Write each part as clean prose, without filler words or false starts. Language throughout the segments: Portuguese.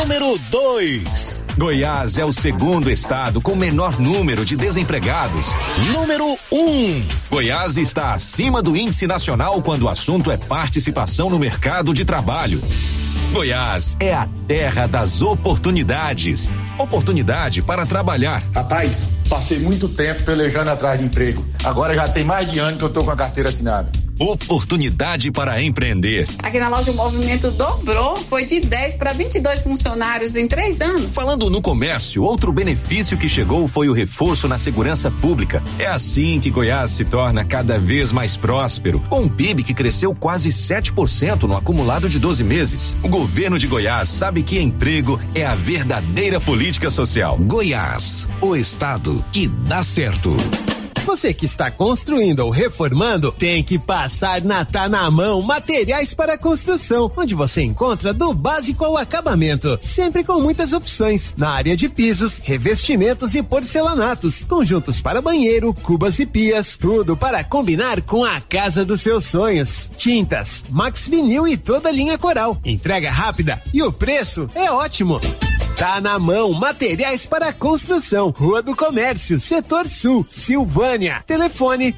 Número 2. Goiás é o segundo estado com menor número de desempregados. Número 1. Goiás está acima do índice nacional quando o assunto é participação no mercado de trabalho. Goiás é a terra das oportunidades. Oportunidade para trabalhar. Rapaz, passei muito tempo pelejando atrás de emprego. Agora já tem mais de ano que eu tô com a carteira assinada. Oportunidade para empreender. Aqui na loja o movimento dobrou, foi de 10 para 22 funcionários em 3 anos. Falando no comércio, outro benefício que chegou foi o reforço na segurança pública. É assim que Goiás se torna cada vez mais próspero, com um PIB que cresceu quase 7% no acumulado de 12 meses. O governo de Goiás sabe que emprego é a verdadeira política social. Goiás, o estado que dá certo. Você que está construindo ou reformando, tem que passar na Tá na Mão Materiais para Construção, onde você encontra do básico ao acabamento, sempre com muitas opções, na área de pisos, revestimentos e porcelanatos, conjuntos para banheiro, cubas e pias, tudo para combinar com a casa dos seus sonhos. Tintas, Max Vinil e toda a linha Coral, entrega rápida e o preço é ótimo. Tá na Mão Materiais para Construção, Rua do Comércio, Setor Sul, Silvânia. Telefone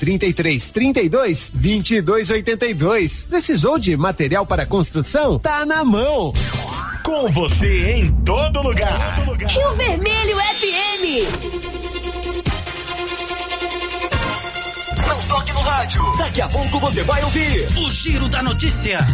3332-2282. Precisou de material para construção? Tá na mão. Com você em todo lugar. Rio Vermelho FM. Não toque no rádio. Daqui a pouco você vai ouvir o Giro da Notícia.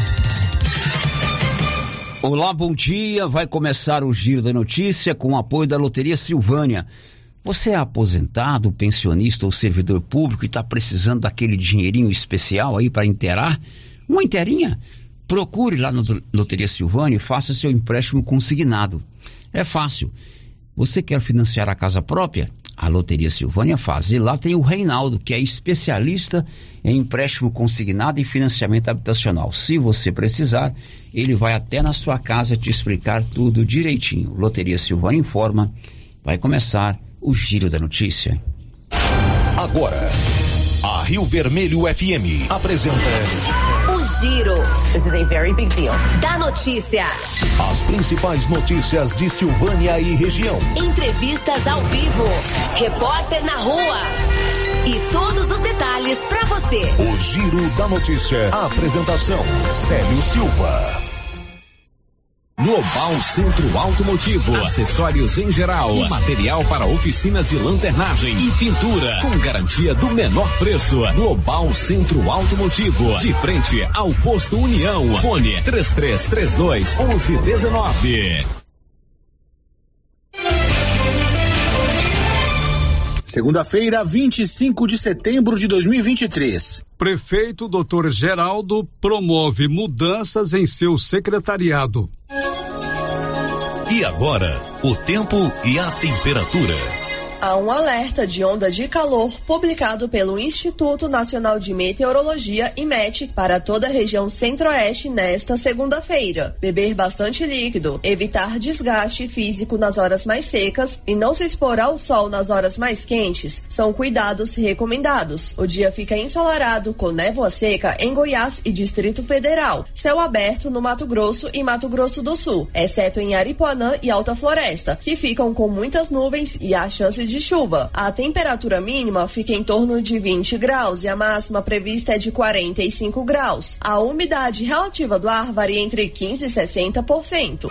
Olá, bom dia. Vai começar o Giro da Notícia com o apoio da Loteria Silvânia. Você é aposentado, pensionista ou servidor público e está precisando daquele dinheirinho especial aí para inteirar? Uma inteirinha? Procure lá na Loteria Silvânia e faça seu empréstimo consignado. É fácil. Você quer financiar a casa própria? A Loteria Silvânia faz. E lá tem o Reinaldo, que é especialista em empréstimo consignado e financiamento habitacional. Se você precisar, ele vai até na sua casa te explicar tudo direitinho. Loteria Silvânia informa. Vai começar o Giro da Notícia. Agora, a Rio Vermelho FM apresenta O Giro. This is a very big deal. Da notícia. as principais notícias de Silvânia e região. Entrevistas ao vivo. Repórter na rua. E todos os detalhes para você. O Giro da Notícia. A apresentação: Célio Silva. Global Centro Automotivo, acessórios em geral, material para oficinas de lanternagem e pintura, com garantia do menor preço. Global Centro Automotivo, de frente ao Posto União. Fone 3332-1119. Segunda-feira, 25 de setembro de 2023. Prefeito Dr. Geraldo promove mudanças em seu secretariado. E agora, o tempo e a temperatura. Há um alerta de onda de calor publicado pelo Instituto Nacional de Meteorologia, IMET, para toda a região centro-oeste nesta segunda-feira. Beber bastante líquido, evitar desgaste físico nas horas mais secas e não se expor ao sol nas horas mais quentes são cuidados recomendados. O dia fica ensolarado com névoa seca em Goiás e Distrito Federal. Céu aberto no Mato Grosso e Mato Grosso do Sul, exceto em Aripuanã e Alta Floresta, que ficam com muitas nuvens e a chance de chuva. A temperatura mínima fica em torno de 20 graus e a máxima prevista é de 45 graus. A umidade relativa do ar varia entre 15% e 60%.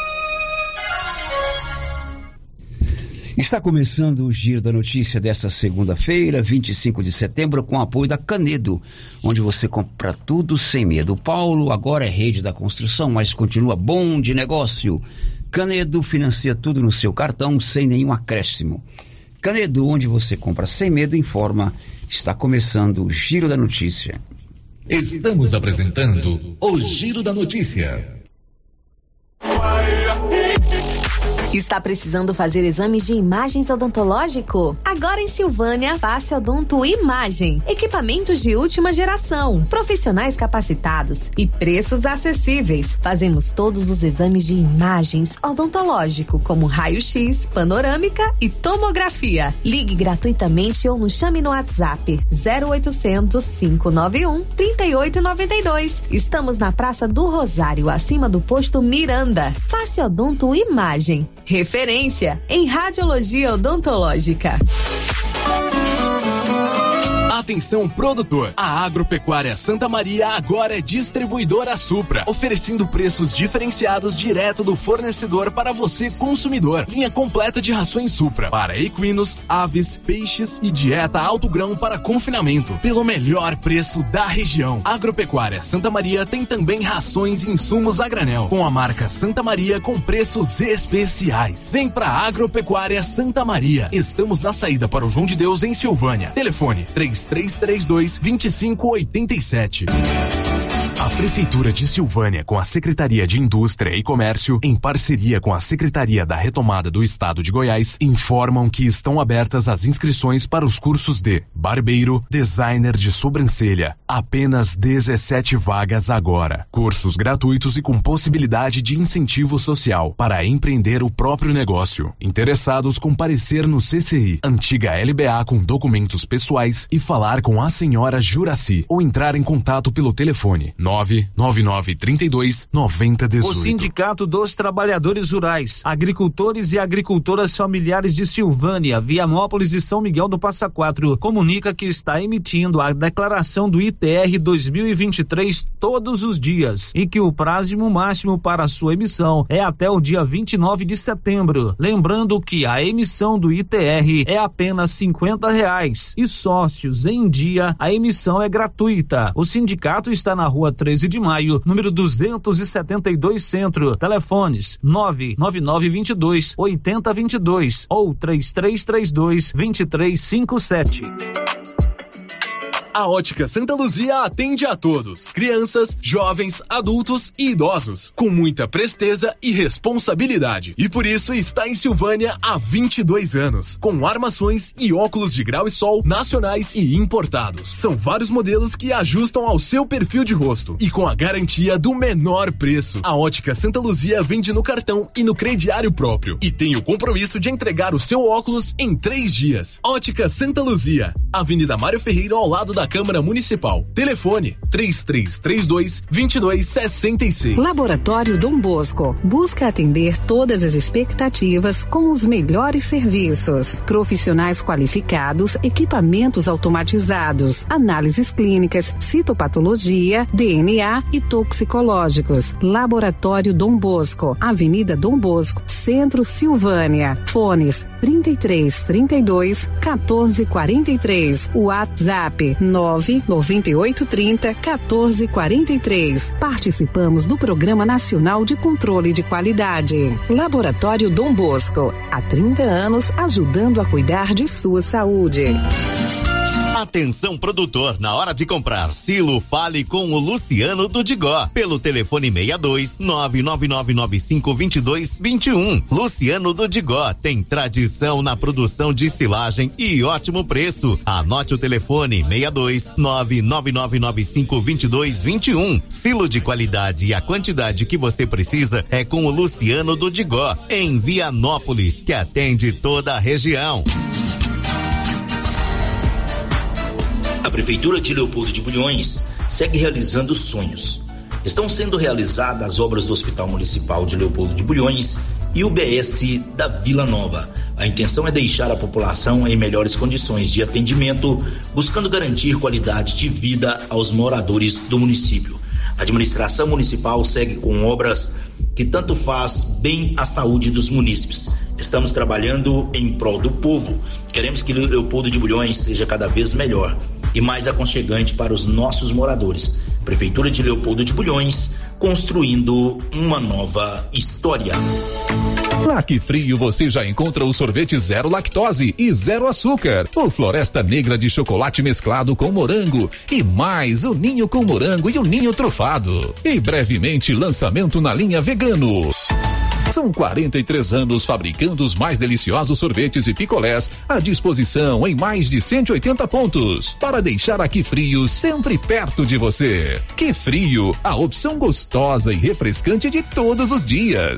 Está começando o Giro da Notícia desta segunda-feira, 25 de setembro, com o apoio da Canedo, onde você compra tudo sem medo. O Paulo agora é rede da construção, mas continua bom de negócio. Canedo financia tudo no seu cartão sem nenhum acréscimo. Canedo, onde você compra sem medo, informa. Está começando o Giro da Notícia. Estamos apresentando o Giro da Notícia. Está precisando fazer exames de imagens odontológico? Agora em Silvânia, Face Odonto Imagem. Equipamentos de última geração, profissionais capacitados e preços acessíveis. Fazemos todos os exames de imagens odontológico, como raio-x, panorâmica e tomografia. Ligue gratuitamente ou nos chame no WhatsApp 0800 591 3892. Estamos na Praça do Rosário, acima do posto Miranda. Face Odonto Imagem. Referência em radiologia odontológica. Atenção produtor, a Agropecuária Santa Maria agora é distribuidora Supra, oferecendo preços diferenciados direto do fornecedor para você consumidor. Linha completa de rações Supra para equinos, aves, peixes e dieta alto grão para confinamento, pelo melhor preço da região. Agropecuária Santa Maria tem também rações e insumos a granel, com a marca Santa Maria com preços especiais. Vem pra Agropecuária Santa Maria. Estamos na saída para o João de Deus em Silvânia. Telefone 3332-2587. A Prefeitura de Silvânia, com a Secretaria de Indústria e Comércio, em parceria com a Secretaria da Retomada do Estado de Goiás, informam que estão abertas as inscrições para os cursos de barbeiro, designer de sobrancelha. Apenas 17 vagas agora. Cursos gratuitos e com possibilidade de incentivo social para empreender o próprio negócio. Interessados, comparecer no CCI, antiga LBA, com documentos pessoais e falar com a senhora Juraci ou entrar em contato pelo telefone 99932-9018. O Sindicato dos Trabalhadores Rurais, Agricultores e Agricultoras Familiares de Silvânia, Vianópolis e São Miguel do Passa Quatro comunica que está emitindo a declaração do ITR 2023 todos os dias e que o prazo máximo para sua emissão é até o dia 29 de setembro. Lembrando que a emissão do ITR é apenas R$50 e sócios em dia a emissão é gratuita. O sindicato está na rua 13 de maio, número 272 Centro. Telefones 99922-8022 ou 3332-2357. A Ótica Santa Luzia atende a todos, crianças, jovens, adultos e idosos, com muita presteza e responsabilidade. E por isso está em Silvânia há 22 anos, com armações e óculos de grau e sol nacionais e importados. São vários modelos que ajustam ao seu perfil de rosto e com a garantia do menor preço. A Ótica Santa Luzia vende no cartão e no crediário próprio e tem o compromisso de entregar o seu óculos em 3 dias. Ótica Santa Luzia, Avenida Mário Ferreira, ao lado da Câmara Municipal. Telefone 3332-2266. Laboratório Dom Bosco busca atender todas as expectativas com os melhores serviços. Profissionais qualificados, equipamentos automatizados, análises clínicas, citopatologia, DNA e toxicológicos. Laboratório Dom Bosco, Avenida Dom Bosco, Centro, Silvânia. Fones 3332-1443. WhatsApp 99830-1443. Participamos do Programa Nacional de Controle de Qualidade. Laboratório Dom Bosco, há 30 anos ajudando a cuidar de sua saúde. Atenção produtor, na hora de comprar silo, fale com o Luciano do Digó, pelo telefone 62 999952221. Luciano do Digó tem tradição na produção de silagem e ótimo preço. Anote o telefone 62 999952221. Silo de qualidade e a quantidade que você precisa é com o Luciano do Digó, em Vianópolis, que atende toda a região. A Prefeitura de Leopoldo de Bulhões segue realizando sonhos. Estão sendo realizadas as obras do Hospital Municipal de Leopoldo de Bulhões e o BS da Vila Nova. A intenção é deixar a população em melhores condições de atendimento, buscando garantir qualidade de vida aos moradores do município. A administração municipal segue com obras que tanto faz bem à saúde dos munícipes. Estamos trabalhando em prol do povo. Queremos que Leopoldo de Bulhões seja cada vez melhor e mais aconchegante para os nossos moradores. Prefeitura de Leopoldo de Bulhões, construindo uma nova história. Na Que Frio você já encontra o sorvete zero lactose e zero açúcar, o Floresta Negra de chocolate mesclado com morango e mais o ninho com morango e o ninho trufado. E brevemente lançamento na linha vegano. São 43 anos fabricando os mais deliciosos sorvetes e picolés à disposição em mais de 180 pontos, para deixar a Que Frio sempre perto de você. Que Frio, a opção gostosa e refrescante de todos os dias.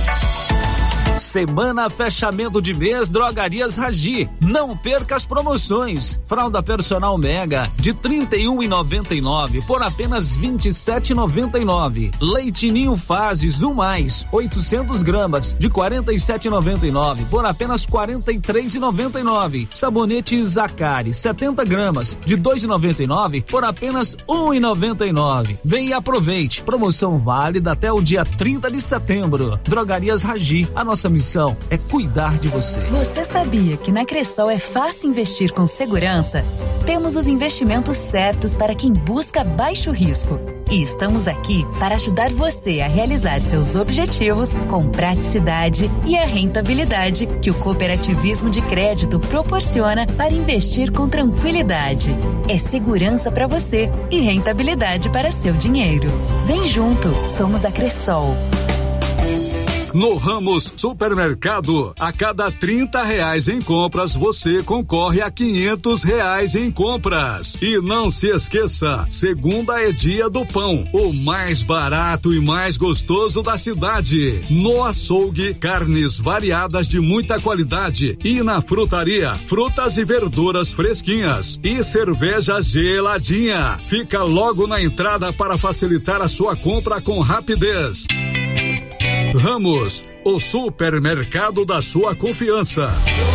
Semana fechamento de mês Drogarias Ragi. Não perca as promoções. Fralda Personal Mega de R$ 31,99 por apenas R$ 27,99. Leite Ninho Fases 1+, 800 gramas de R$ 47,99 por apenas R$ 43,99. Sabonete Zacari 70 gramas de R$ 2,99 por apenas R$ 1,99. Vem e aproveite. Promoção válida até o dia 30 de setembro. Drogarias Ragi. A nossa missão é cuidar de você. Você sabia que na Cressol é fácil investir com segurança? Temos os investimentos certos para quem busca baixo risco. E estamos aqui para ajudar você a realizar seus objetivos com praticidade e a rentabilidade que o cooperativismo de crédito proporciona para investir com tranquilidade. É segurança para você e rentabilidade para seu dinheiro. Vem junto, somos a Cressol. No Ramos Supermercado, a cada R$30 em compras, você concorre a R$500 em compras. E não se esqueça, segunda é dia do pão, o mais barato e mais gostoso da cidade. No açougue, carnes variadas de muita qualidade. E na frutaria, frutas e verduras fresquinhas. E cerveja geladinha. Fica logo na entrada para facilitar a sua compra com rapidez. Ramos, o supermercado da sua confiança.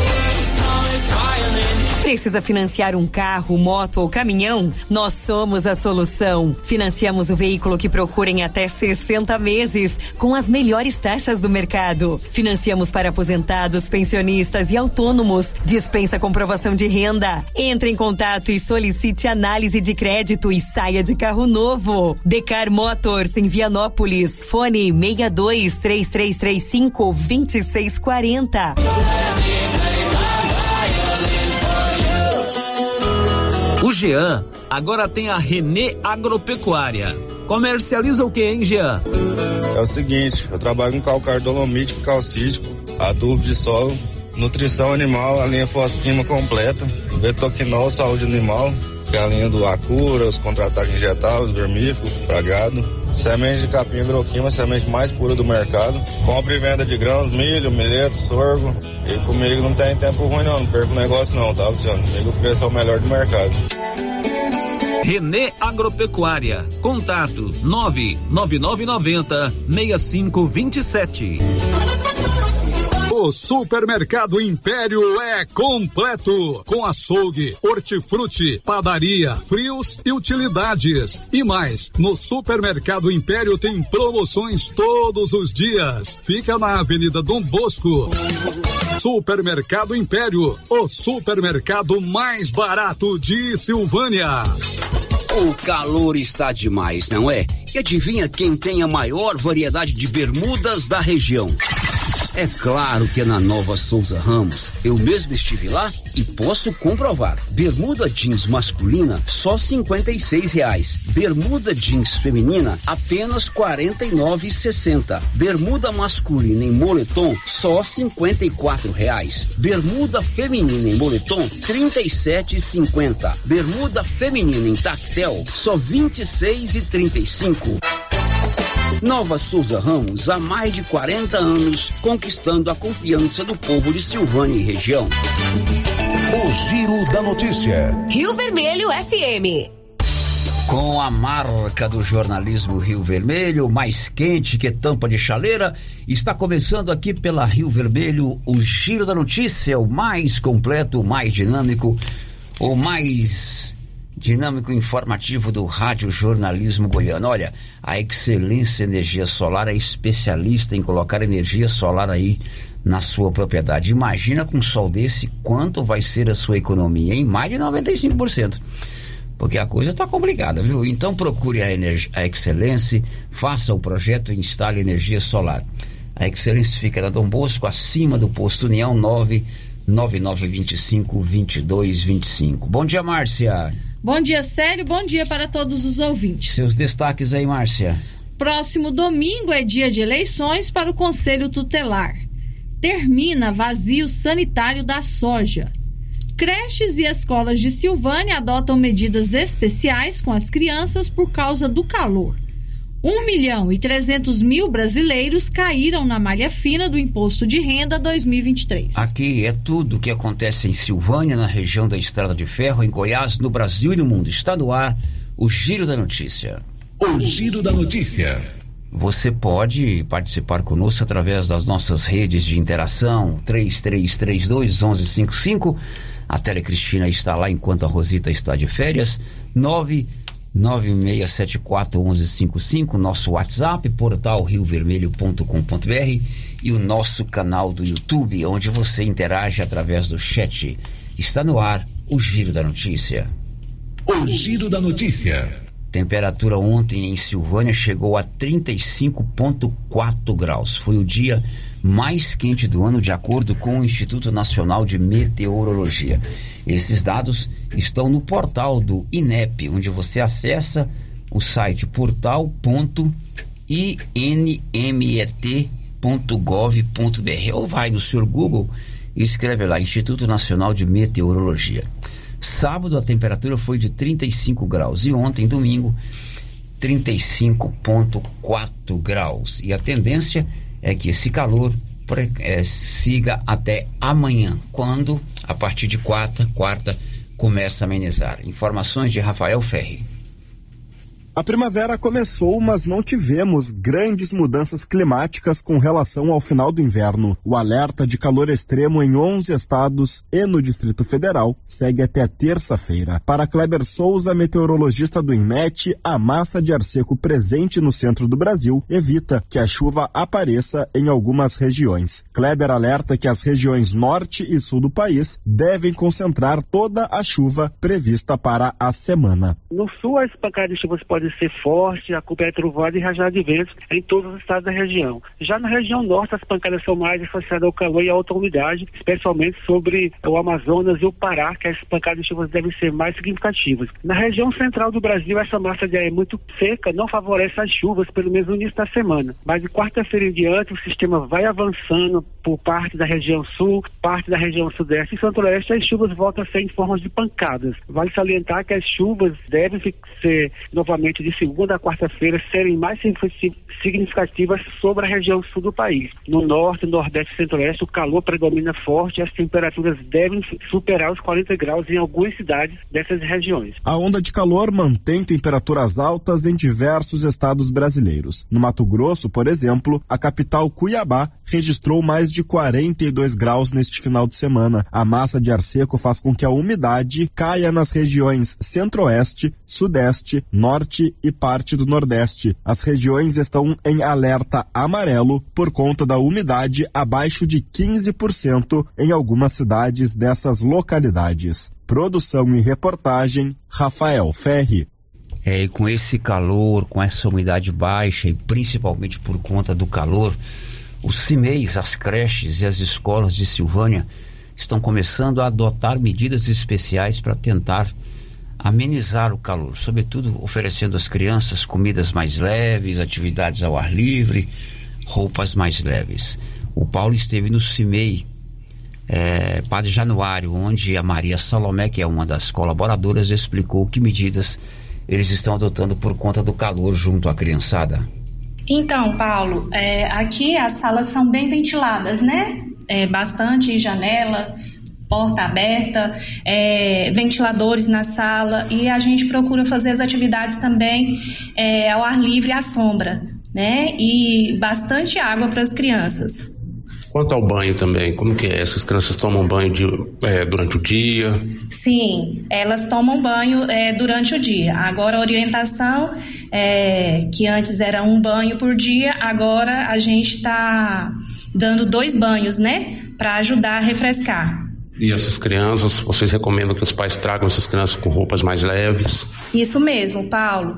Precisa financiar um carro, moto ou caminhão? Nós somos a solução. Financiamos o veículo que procura em até 60 meses, com as melhores taxas do mercado. Financiamos para aposentados, pensionistas e autônomos. Dispensa comprovação de renda. Entre em contato e solicite análise de crédito e saia de carro novo. Decar Motors em Vianópolis. Fone 6233352640. O Jean agora tem a Renê Agropecuária. Comercializa o que, hein, Jean? É o seguinte, eu trabalho com calcário dolomítico, calcítico, adubo de solo, nutrição animal, a linha fosquima completa, betoquinol, saúde animal, que é a linha do Acura, os contra-ataques injetáveis, vermífugo, pragado. Semente de capim agroquímica, a semente mais pura do mercado. Compra e venda de grãos, milho, milheto, sorgo. E comigo não tem tempo ruim não perco o negócio não, tá, Luciano? Comigo o preço é o melhor do mercado. Renê Agropecuária. Contato 99990-6527. O Supermercado Império é completo, com açougue, hortifruti, padaria, frios e utilidades. E mais, no Supermercado Império tem promoções todos os dias. Fica na Avenida Dom Bosco. Supermercado Império, o supermercado mais barato de Silvânia. O calor está demais, não é? E adivinha quem tem a maior variedade de bermudas da região? É claro que é na Nova Souza Ramos. Eu mesmo estive lá e posso comprovar. Bermuda jeans masculina, só R$56. Bermuda jeans feminina, apenas R$49,60. Bermuda masculina em moletom, só R$54. Bermuda feminina em moletom, R$37,50. Bermuda feminina em tactel, só R$26,35. Nova Souza Ramos, há mais de 40 anos, conquistando a confiança do povo de Silvânia e região. O Giro da Notícia. Rio Vermelho FM. Com a marca do jornalismo Rio Vermelho, mais quente que tampa de chaleira, está começando aqui pela Rio Vermelho o Giro da Notícia, o mais completo, o mais dinâmico, o mais dinâmico informativo do Rádio Jornalismo Goiano. Olha, a Excelência Energia Solar é especialista em colocar energia solar aí na sua propriedade. Imagina com um sol desse quanto vai ser a sua economia, em mais de 95%. Porque a coisa está complicada, viu? Então procure a Excelência, faça o projeto e instale energia solar. A Excelência fica na Dom Bosco, acima do Posto União, 99925-2225. Bom dia, Márcia. Bom dia, Célio. Bom dia para todos os ouvintes. Seus destaques aí, Márcia. próximo domingo é dia de eleições para o Conselho Tutelar. Termina vazio sanitário da soja. Creches e escolas de Silvânia adotam medidas especiais com as crianças por causa do calor. 1.300.000 brasileiros caíram na malha fina do Imposto de Renda 2023. Aqui é tudo o que acontece em Silvânia, na região da Estrada de Ferro, em Goiás, no Brasil e no mundo. Está no ar o Giro da Notícia. O Giro da Notícia. Você pode participar conosco através das nossas redes de interação, 3332-1155. A Telecristina está lá enquanto a Rosita está de férias. 99674-1155, nosso WhatsApp, portal riovermelho.com.br e o nosso canal do YouTube, onde você interage através do chat. Está no ar o Giro da Notícia. O Giro da Notícia. Temperatura ontem em Silvânia chegou a 35,4 graus. Foi o dia mais quente do ano, de acordo com o Instituto Nacional de Meteorologia. Esses dados estão no portal do INEP, onde você acessa o site portal.inmet.gov.br ou vai no seu Google e escreve lá Instituto Nacional de Meteorologia. Sábado a temperatura foi de 35 graus e ontem, domingo, 35,4 graus. E a tendência é que esse calor siga até amanhã, quando, a partir de quarta, começa a amenizar. Informações de Rafael Ferri. A primavera começou, mas não tivemos grandes mudanças climáticas com relação ao final do inverno. O alerta de calor extremo em 11 estados e no Distrito Federal segue até terça-feira. Para Kleber Souza, meteorologista do INMET, a massa de ar seco presente no centro do Brasil evita que a chuva apareça em algumas regiões. Kleber alerta que as regiões norte e sul do país devem concentrar toda a chuva prevista para a semana. No sul, as pancadas de chuvas podem ser forte, acompanhar trovoada e rajada de ventos em todos os estados da região. Já na região norte, as pancadas são mais associadas ao calor e à alta umidade, especialmente sobre o Amazonas e o Pará, que as pancadas de chuvas devem ser mais significativas. Na região central do Brasil, essa massa de ar é muito seca, não favorece as chuvas, pelo menos no início da semana. Mas de quarta-feira em diante, o sistema vai avançando por parte da região sul, parte da região sudeste e centro-oeste, as chuvas voltam a ser em forma de pancadas. Vale salientar que as chuvas devem ser novamente de segunda a quarta-feira serem mais significativas sobre a região sul do país. No norte, nordeste e centro-oeste, o calor predomina forte e as temperaturas devem superar os 40 graus em algumas cidades dessas regiões. A onda de calor mantém temperaturas altas em diversos estados brasileiros. No Mato Grosso, por exemplo, a capital Cuiabá registrou mais de 42 graus neste final de semana. A massa de ar seco faz com que a umidade caia nas regiões centro-oeste, sudeste, norte e parte do nordeste. As regiões estão em alerta amarelo por conta da umidade abaixo de 15% em algumas cidades dessas localidades. Produção e reportagem, Rafael Ferri. E com esse calor, com essa umidade baixa e principalmente por conta do calor, os CIMEIs, as creches e as escolas de Silvânia estão começando a adotar medidas especiais para tentar amenizar o calor, sobretudo oferecendo às crianças comidas mais leves, atividades ao ar livre, roupas mais leves. O Paulo esteve no CIMEI Padre Januário, onde a Maria Salomé, que é uma das colaboradoras, explicou que medidas eles estão adotando por conta do calor junto à criançada. Então, Paulo, aqui as salas são bem ventiladas, né? Bastante janela, porta aberta, ventiladores na sala, e a gente procura fazer as atividades também ao ar livre, à sombra, né? E bastante água para as crianças. Quanto ao banho também, como que é? Essas crianças tomam banho durante o dia? Sim, elas tomam banho durante o dia. Agora a orientação, que antes era um banho por dia, agora a gente está dando 2 banhos, né? Para ajudar a refrescar. E essas crianças, vocês recomendam que os pais tragam essas crianças com roupas mais leves? Isso mesmo, Paulo.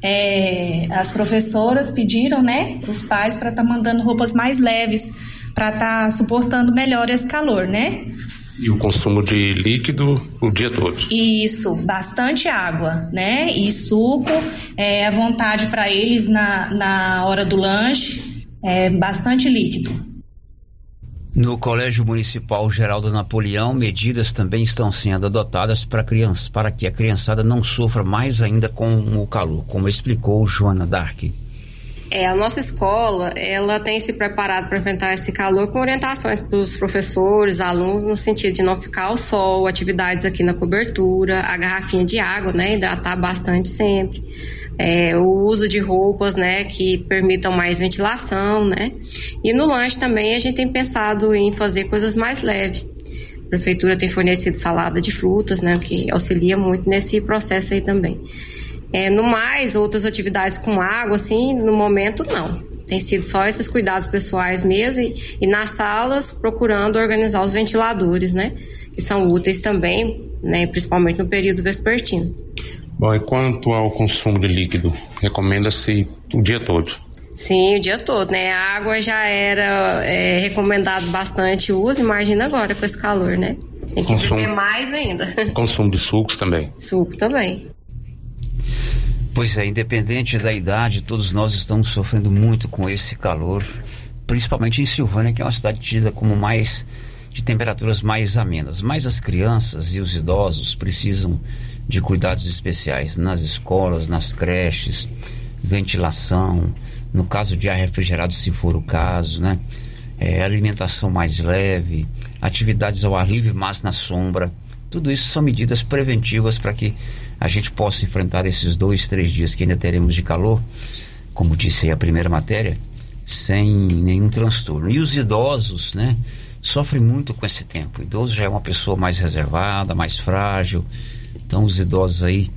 As professoras pediram, né, os pais para estar mandando roupas mais leves, para estar suportando melhor esse calor, né? E o consumo de líquido o dia todo. Isso, bastante água, né? E suco, à vontade para eles na hora do lanche, bastante líquido. No Colégio Municipal Geraldo Napoleão, medidas também estão sendo adotadas para que a criançada não sofra mais ainda com o calor, como explicou Joana Dark. A nossa escola, ela tem se preparado para enfrentar esse calor com orientações para os professores, alunos, no sentido de não ficar ao sol, atividades aqui na cobertura, a garrafinha de água, né, hidratar bastante sempre, o uso de roupas, né, que permitam mais ventilação, né, e no lanche também a gente tem pensado em fazer coisas mais leves. A prefeitura tem fornecido salada de frutas, né, que auxilia muito nesse processo aí também. No mais, outras atividades com água, assim, no momento não. Tem sido só esses cuidados pessoais mesmo e nas salas procurando organizar os ventiladores, né? Que são úteis também, né? Principalmente no período vespertino. Bom, e quanto ao consumo de líquido, recomenda-se o dia todo? Sim, o dia todo, né? A água já era recomendado bastante o uso, imagina agora com esse calor, né? Tem que beber mais ainda. Consumo de sucos também? Suco também. Pois é, independente da idade, todos nós estamos sofrendo muito com esse calor, principalmente em Silvânia, que é uma cidade tida como de temperaturas mais amenas. Mas as crianças e os idosos precisam de cuidados especiais nas escolas, nas creches, ventilação, no caso de ar refrigerado, se for o caso, né? Alimentação mais leve, atividades ao ar livre, mas na sombra. Tudo isso são medidas preventivas para que a gente possa enfrentar esses 2-3 dias que ainda teremos de calor, como disse aí a primeira matéria, sem nenhum transtorno. E os idosos, né, sofrem muito com esse tempo. O idoso já é uma pessoa mais reservada, mais frágil. Então os idosos aí,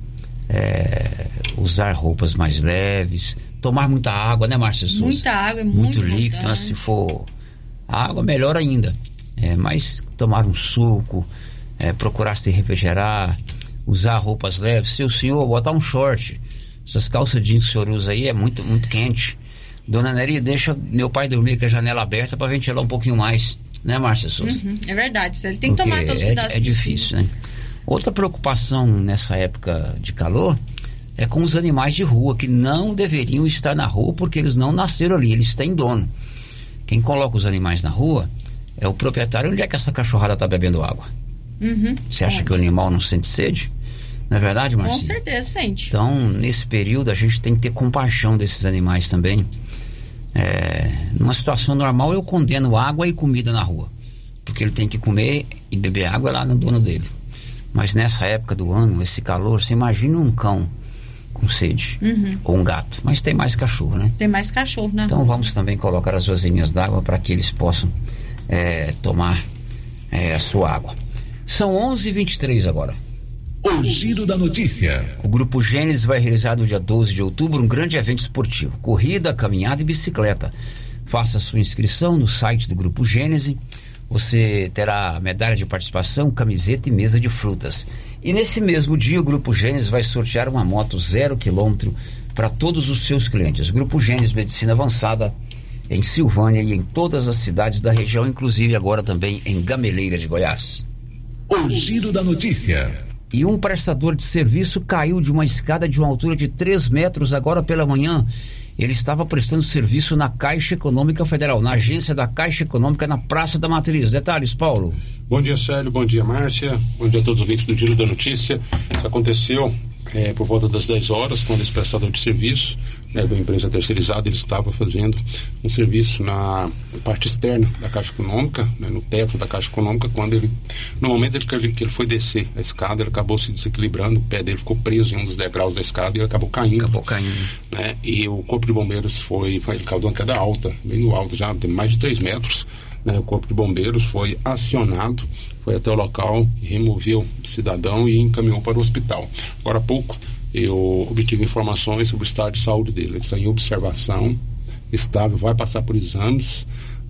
usar roupas mais leves, tomar muita água, né, Márcia Souza? Muita água, muito líquido, né? Se for água, melhor ainda. Mas tomar um suco, procurar se refrigerar, usar roupas leves. Se o senhor botar um short, essas calças jeans que o senhor usa aí é muito, muito quente. Dona Nery, deixa meu pai dormir com a janela aberta para ventilar um pouquinho mais, né, Márcia Souza? É verdade, ele tem que tomar todos os cuidados. É difícil, né? Outra preocupação nessa época de calor é com os animais de rua, que não deveriam estar na rua porque eles não nasceram ali, eles têm dono. Quem coloca os animais na rua é o proprietário. Onde é que essa cachorrada está bebendo água? Você acha que o animal não sente sede? Não é verdade, Marcinho? Com certeza sente. Então, nesse período, a gente tem que ter compaixão desses animais também. Numa situação normal, eu condeno água e comida na rua, porque ele tem que comer e beber água lá no dono dele. Mas nessa época do ano, esse calor, você imagina um cão com sede, ou um gato. Mas tem mais cachorro, né? Tem mais cachorro, né? Então vamos também colocar as vasilhinhas d'água para que eles possam tomar a sua água. São 11h23 agora. O Giro da Notícia. O Grupo Gênesis vai realizar no dia 12 de outubro um grande evento esportivo: corrida, caminhada e bicicleta. Faça sua inscrição no site do Grupo Gênesis. Você terá medalha de participação, camiseta e mesa de frutas. E nesse mesmo dia o Grupo Gênesis vai sortear uma moto 0 km para todos os seus clientes. Grupo Gênesis Medicina Avançada em Silvânia e em todas as cidades da região, inclusive agora também em Gameleira de Goiás. O Giro da Notícia. E um prestador de serviço caiu de uma escada de uma altura de 3 metros agora pela manhã. Ele estava prestando serviço na Caixa Econômica Federal, na agência da Caixa Econômica, na Praça da Matriz. Detalhes, Paulo. Bom dia, Célio. Bom dia, Márcia. Bom dia a todos os ouvintes do Giro da Notícia. Isso aconteceu por volta das 10 horas, quando esse prestador de serviço da empresa terceirizada, ele estava fazendo um serviço na parte externa da Caixa Econômica, no teto da Caixa Econômica, quando no momento que ele foi descer a escada, ele acabou se desequilibrando, o pé dele ficou preso em um dos degraus da escada e ele acabou caindo. Né? E o Corpo de Bombeiros ele caiu de uma queda alta, bem no alto, já tem mais de 3 metros. O Corpo de Bombeiros foi acionado, foi até o local, removeu o cidadão e encaminhou para o hospital. Agora há pouco eu obtive informações sobre o estado de saúde dele. Ele está em observação, estável, vai passar por exames.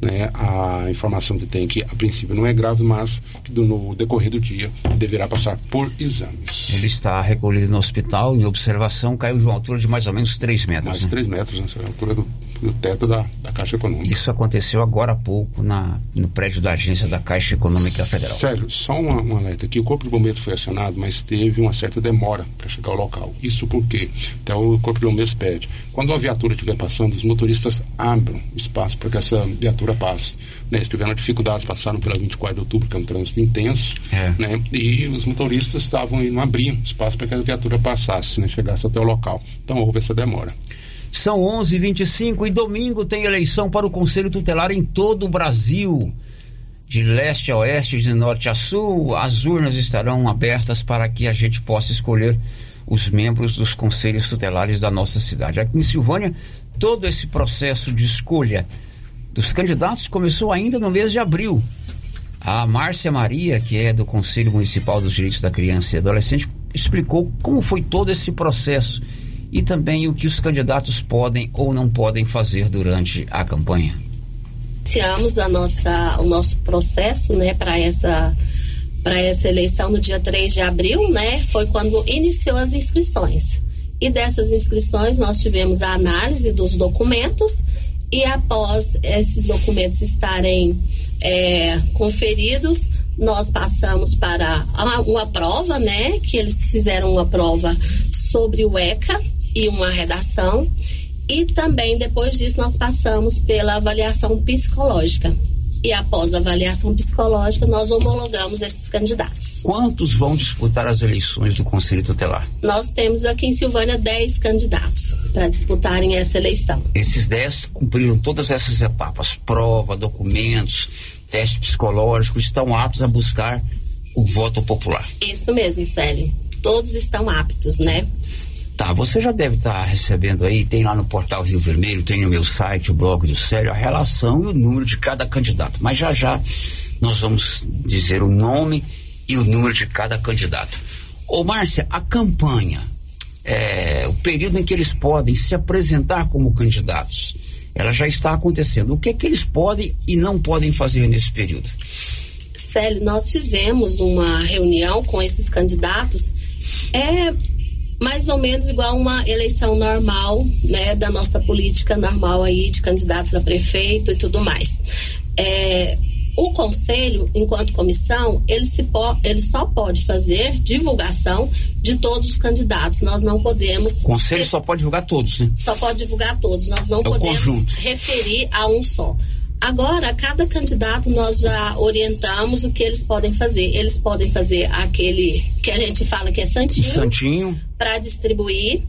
A informação que tem aqui, a princípio, não é grave, mas que no decorrer do dia deverá passar por exames. Ele está recolhido no hospital, em observação, caiu de uma altura de mais ou menos 3 metros. Mais de 3 metros, a altura do no teto da Caixa Econômica. Isso aconteceu agora há pouco no prédio da agência da Caixa Econômica Federal. Sério, só um alerta aqui, o Corpo de Bombeiros foi acionado, mas teve uma certa demora para chegar ao local. Isso porque até o Corpo de Bombeiros pede, quando a viatura estiver passando, os motoristas abram espaço para que essa viatura passe. Né? Eles tiveram dificuldades, passaram pela 24 de outubro, que é um trânsito intenso, né? E os motoristas não abriam espaço para que a viatura passasse, né? Chegasse até o local. Então houve essa demora. São 11h25 e domingo tem eleição para o Conselho Tutelar em todo o Brasil. De leste a oeste, de norte a sul, as urnas estarão abertas para que a gente possa escolher os membros dos conselhos tutelares da nossa cidade. Aqui em Silvânia, todo esse processo de escolha dos candidatos começou ainda no mês de abril. A Márcia Maria, que é do Conselho Municipal dos Direitos da Criança e Adolescente, explicou como foi todo esse processo e também o que os candidatos podem ou não podem fazer durante a campanha. Iniciamos o nosso processo, né, para essa eleição no dia 3 de abril, né, foi quando iniciou as inscrições. E dessas inscrições nós tivemos a análise dos documentos e após esses documentos estarem conferidos, nós passamos para uma prova, né, que eles fizeram uma prova sobre o ECA e uma redação, e também depois disso nós passamos pela avaliação psicológica, e após a avaliação psicológica nós homologamos esses candidatos. Quantos vão disputar as eleições do Conselho Tutelar? Nós temos aqui em Silvânia 10 candidatos para disputarem essa eleição. Esses 10 cumpriram todas essas etapas, prova, documentos, teste psicológico, estão aptos a buscar o voto popular. Isso mesmo, Célio, todos estão aptos, né? Tá, você já deve estar recebendo aí, tem lá no portal Rio Vermelho, tem no meu site, o blog do Célio, a relação e o número de cada candidato. Mas já nós vamos dizer o nome e o número de cada candidato. Ô Márcia, a campanha, o período em que eles podem se apresentar como candidatos, ela já está acontecendo. O que é que eles podem e não podem fazer nesse período? Célio, nós fizemos uma reunião com esses candidatos, mais ou menos igual uma eleição normal, né, da nossa política normal aí de candidatos a prefeito e tudo mais. O conselho, enquanto comissão, ele só pode fazer divulgação de todos os candidatos. Nós não podemos... O conselho só pode divulgar todos, né? Só pode divulgar todos. Nós não podemos referir a um só. Agora, cada candidato nós já orientamos o que eles podem fazer. Eles podem fazer aquele que a gente fala que é santinho. Para distribuir,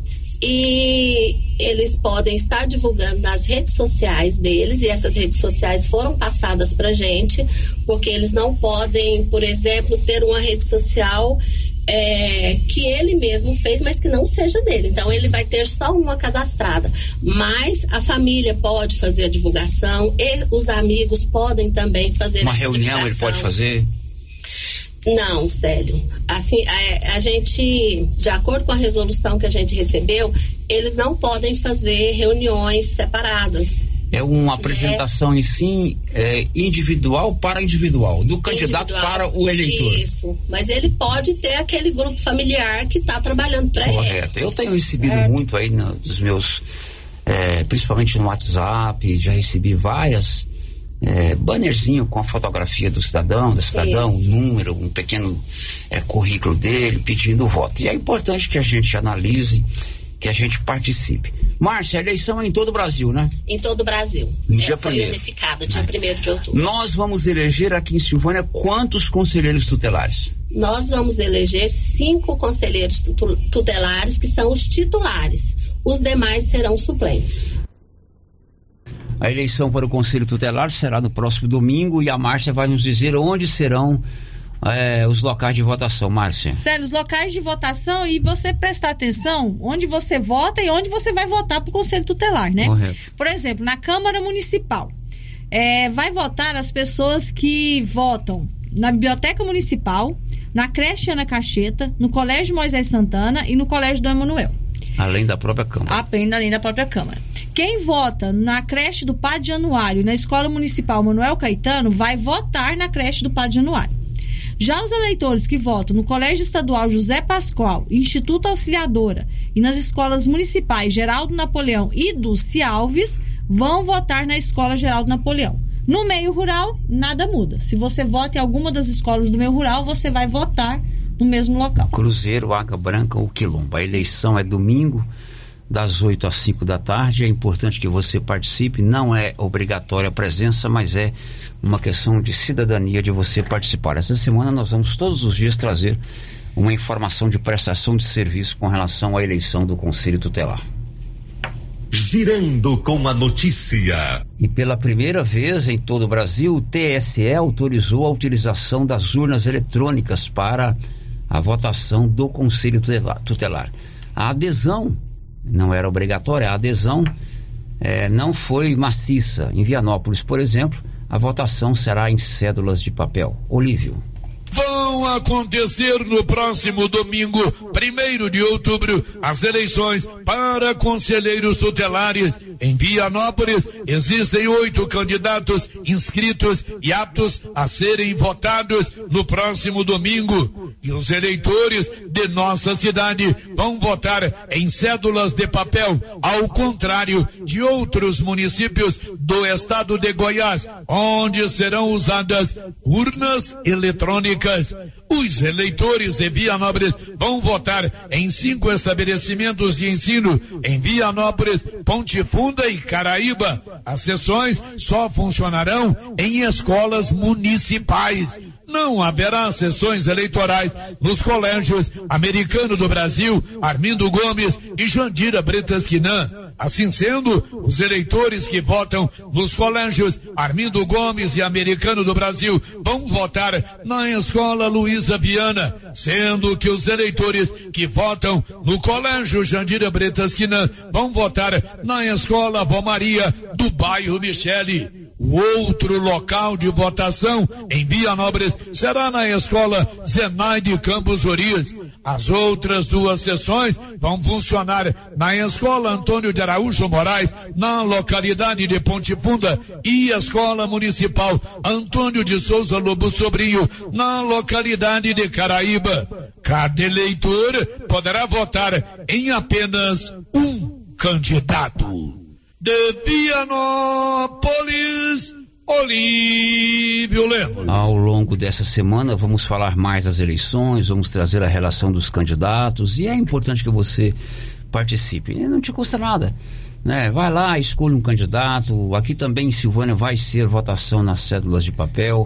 e eles podem estar divulgando nas redes sociais deles, e essas redes sociais foram passadas para a gente, porque eles não podem, por exemplo, ter uma rede social que ele mesmo fez, mas que não seja dele. Então ele vai ter só uma cadastrada, mas a família pode fazer a divulgação e os amigos podem também fazer uma reunião. Ele pode fazer? Não, Célio. Assim, a gente, de acordo com a resolução que a gente recebeu, eles não podem fazer reuniões separadas. É uma apresentação em si, individual para individual, do candidato para o eleitor. Isso, mas ele pode ter aquele grupo familiar que está trabalhando para ele. Correto. Eu tenho recebido muito aí dos meus, principalmente no WhatsApp, já recebi várias bannerzinho com a fotografia do cidadão, um número, um pequeno currículo dele, pedindo voto. E é importante que a gente analise, que a gente participe. Márcia, a eleição é em todo o Brasil, né? Em todo o Brasil. Dia foi unificada, dia 1º de outubro. Nós vamos eleger aqui em Silvânia quantos conselheiros tutelares? Nós vamos eleger 5 conselheiros tutelares, que são os titulares. Os demais serão suplentes. A eleição para o Conselho Tutelar será no próximo domingo e a Márcia vai nos dizer onde serão os locais de votação, Márcia. Sério, os locais de votação, e você prestar atenção onde você vota e onde você vai votar para o Conselho Tutelar, né? Correto. Por exemplo, na Câmara Municipal, vai votar as pessoas que votam na Biblioteca Municipal, na Creche Ana Cacheta, no Colégio Moisés Santana e no Colégio Dom Emanuel. Além da própria Câmara. Além da própria Câmara. Quem vota na creche do Padre Januário, na Escola Municipal Manuel Caetano, vai votar na creche do Padre Januário. Já os eleitores que votam no Colégio Estadual José Pascoal, Instituto Auxiliadora e nas escolas municipais Geraldo Napoleão e Dulce Alves vão votar na Escola Geraldo Napoleão. No meio rural, nada muda. Se você vota em alguma das escolas do meio rural, você vai votar no mesmo local. Cruzeiro, Água Branca ou Quilombo. A eleição é domingo, das 8 às 5 da tarde. É importante que você participe. Não é obrigatória a presença, mas é uma questão de cidadania de você participar. Essa semana nós vamos todos os dias trazer uma informação de prestação de serviço com relação à eleição do Conselho Tutelar. Girando com a notícia. E pela primeira vez em todo o Brasil, o TSE autorizou a utilização das urnas eletrônicas para a votação do Conselho Tutelar. A adesão não era obrigatória, a adesão não foi maciça. Em Vianópolis, por exemplo, a votação será em cédulas de papel. Olívio. Vão acontecer no próximo domingo, 1º de outubro, as eleições para conselheiros tutelares. Em Vianópolis, existem 8 candidatos inscritos e aptos a serem votados no próximo domingo. E os eleitores de nossa cidade vão votar em cédulas de papel, ao contrário de outros municípios do estado de Goiás, onde serão usadas urnas eletrônicas. Os eleitores de Vianópolis vão votar em 5 estabelecimentos de ensino em Vianópolis, Ponte Funda e Caraíba. As sessões só funcionarão em escolas municipais. Não haverá sessões eleitorais nos colégios Americano do Brasil, Armindo Gomes e Jandira Bretas Quinan. Assim sendo, os eleitores que votam nos colégios Armindo Gomes e Americano do Brasil vão votar na Escola Luísa Viana, sendo que os eleitores que votam no colégio Jandira Bretas Quinan vão votar na Escola Avó Maria do bairro Michele. O outro local de votação em Vianópolis será na Escola Zenaide Campos Orias. As outras 2 sessões vão funcionar na Escola Antônio de Araújo Moraes, na localidade de Ponte Funda, e Escola Municipal Antônio de Souza Lobo Sobrinho, na localidade de Caraíba. Cada eleitor poderá votar em apenas um candidato. De Vianópolis, Olívio Lemos. Ao longo dessa semana vamos falar mais das eleições, vamos trazer a relação dos candidatos e é importante que você participe. Não te custa nada, né? Vai lá, escolha um candidato. Aqui também em Silvânia vai ser votação nas cédulas de papel.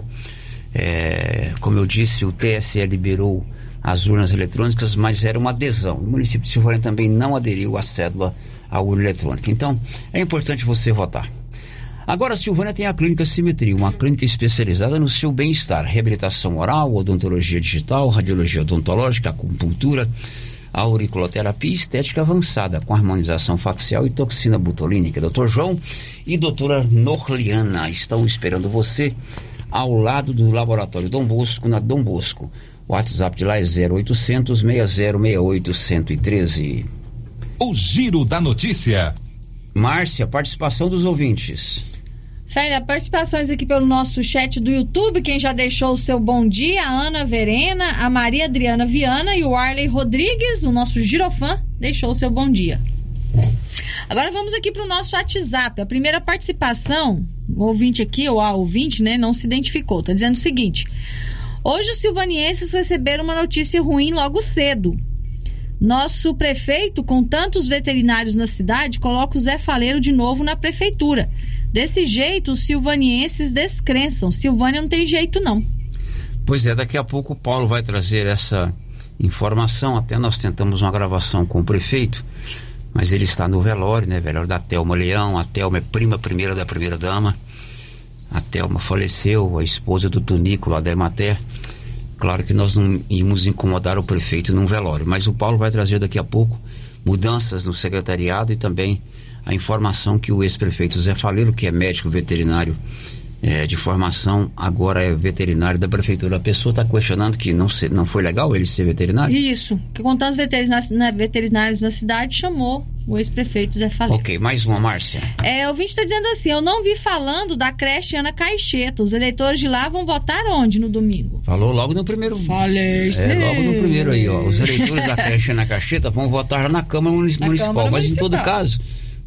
Como eu disse, o TSE liberou as urnas eletrônicas, mas era uma adesão. O município de Silvânia também não aderiu à cédula à urna eletrônica. Então, é importante você votar. Agora, a Silvânia tem a Clínica Simetria, uma clínica especializada no seu bem-estar, reabilitação oral, odontologia digital, radiologia odontológica, acupuntura, auriculoterapia e estética avançada, com harmonização facial e toxina botulínica. Dr. João e doutora Norliana estão esperando você ao lado do Laboratório Dom Bosco, na Dom Bosco. O WhatsApp de lá é 0800 6068 113. O Giro da Notícia. Márcia, participação dos ouvintes. Sério, participações aqui pelo nosso chat do YouTube. Quem já deixou o seu bom dia: a Ana Verena, a Maria Adriana Viana e o Arley Rodrigues, o nosso girofã, deixou o seu bom dia. Agora vamos aqui para o nosso WhatsApp. A primeira participação, o ouvinte aqui, ou a ouvinte, né, não se identificou. Está dizendo o seguinte: hoje os silvanienses receberam uma notícia ruim logo cedo. Nosso prefeito, com tantos veterinários na cidade, coloca o Zé Faleiro de novo na prefeitura. Desse jeito, os silvanienses descrençam. Silvânia não tem jeito, não. Pois é, daqui a pouco o Paulo vai trazer essa informação. Até nós tentamos uma gravação com o prefeito, mas ele está no velório, né? Velório da Thelma Leão. A Thelma é prima primeira da primeira-dama. A Thelma faleceu, a esposa do Tunico, lá da Emater. Claro que nós não íamos incomodar o prefeito num velório, mas o Paulo vai trazer daqui a pouco mudanças no secretariado e também a informação que o ex-prefeito Zé Faleiro, que é médico veterinário de formação, agora é veterinário da prefeitura. A pessoa está questionando que não foi legal ele ser veterinário? Isso, que com tantos veterinários na cidade, chamou o ex-prefeito Zé Faleiro. Ok, mais uma, Márcia. O ouvinte está dizendo assim: eu não vi falando da creche Ana Caixeta. Os eleitores de lá vão votar onde no domingo? Falou logo no primeiro. Falei. Logo no primeiro aí, ó. Os eleitores da creche Ana Caixeta vão votar na Câmara Municipal, mas em todo caso,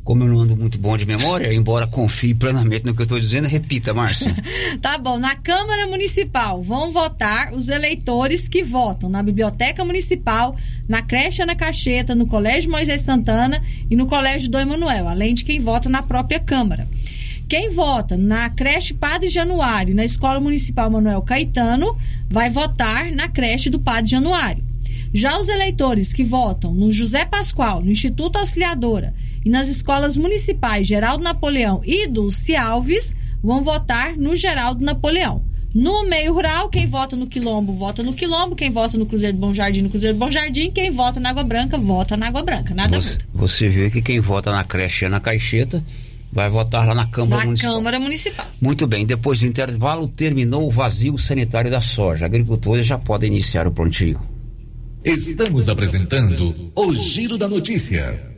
Como eu não ando muito bom de memória, embora confie plenamente no que eu estou dizendo, repita, Márcia. Tá bom. Na Câmara Municipal vão votar os eleitores que votam na Biblioteca Municipal, na Creche Ana Cacheta, no Colégio Moisés Santana e no Colégio Dom Emanuel, além de quem vota na própria Câmara. Quem vota na creche Padre Januário e na Escola Municipal Manuel Caetano vai votar na creche do Padre Januário. Já os eleitores que votam no José Pascoal, no Instituto Auxiliadora e nas escolas municipais Geraldo Napoleão e Dulce Alves vão votar no Geraldo Napoleão. No meio rural, quem vota no Quilombo, vota no Quilombo. Quem vota no Cruzeiro do Bom Jardim, no Cruzeiro do Bom Jardim. Quem vota na Água Branca, vota na Água Branca. Nada muda. Você viu que quem vota na creche Ana Caixeta vai votar lá na Câmara Municipal. Câmara Municipal. Muito bem, depois do intervalo, terminou o vazio sanitário da soja. Agricultores já podem iniciar o plantio. Estamos apresentando o Giro da Notícia.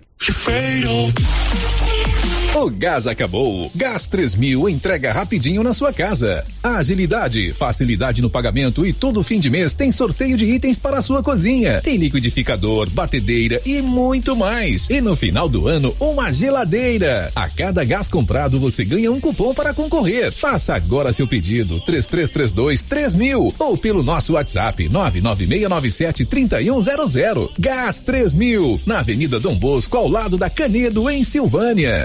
O gás acabou. Gás 3000 entrega rapidinho na sua casa. Agilidade, facilidade no pagamento e todo fim de mês tem sorteio de itens para a sua cozinha. Tem liquidificador, batedeira e muito mais. E no final do ano, uma geladeira. A cada gás comprado você ganha um cupom para concorrer. Faça agora seu pedido 3332-3000 ou pelo nosso WhatsApp 99697-3100. Gás 3000 na Avenida Dom Bosco, ao lado da Canedo, em Silvânia.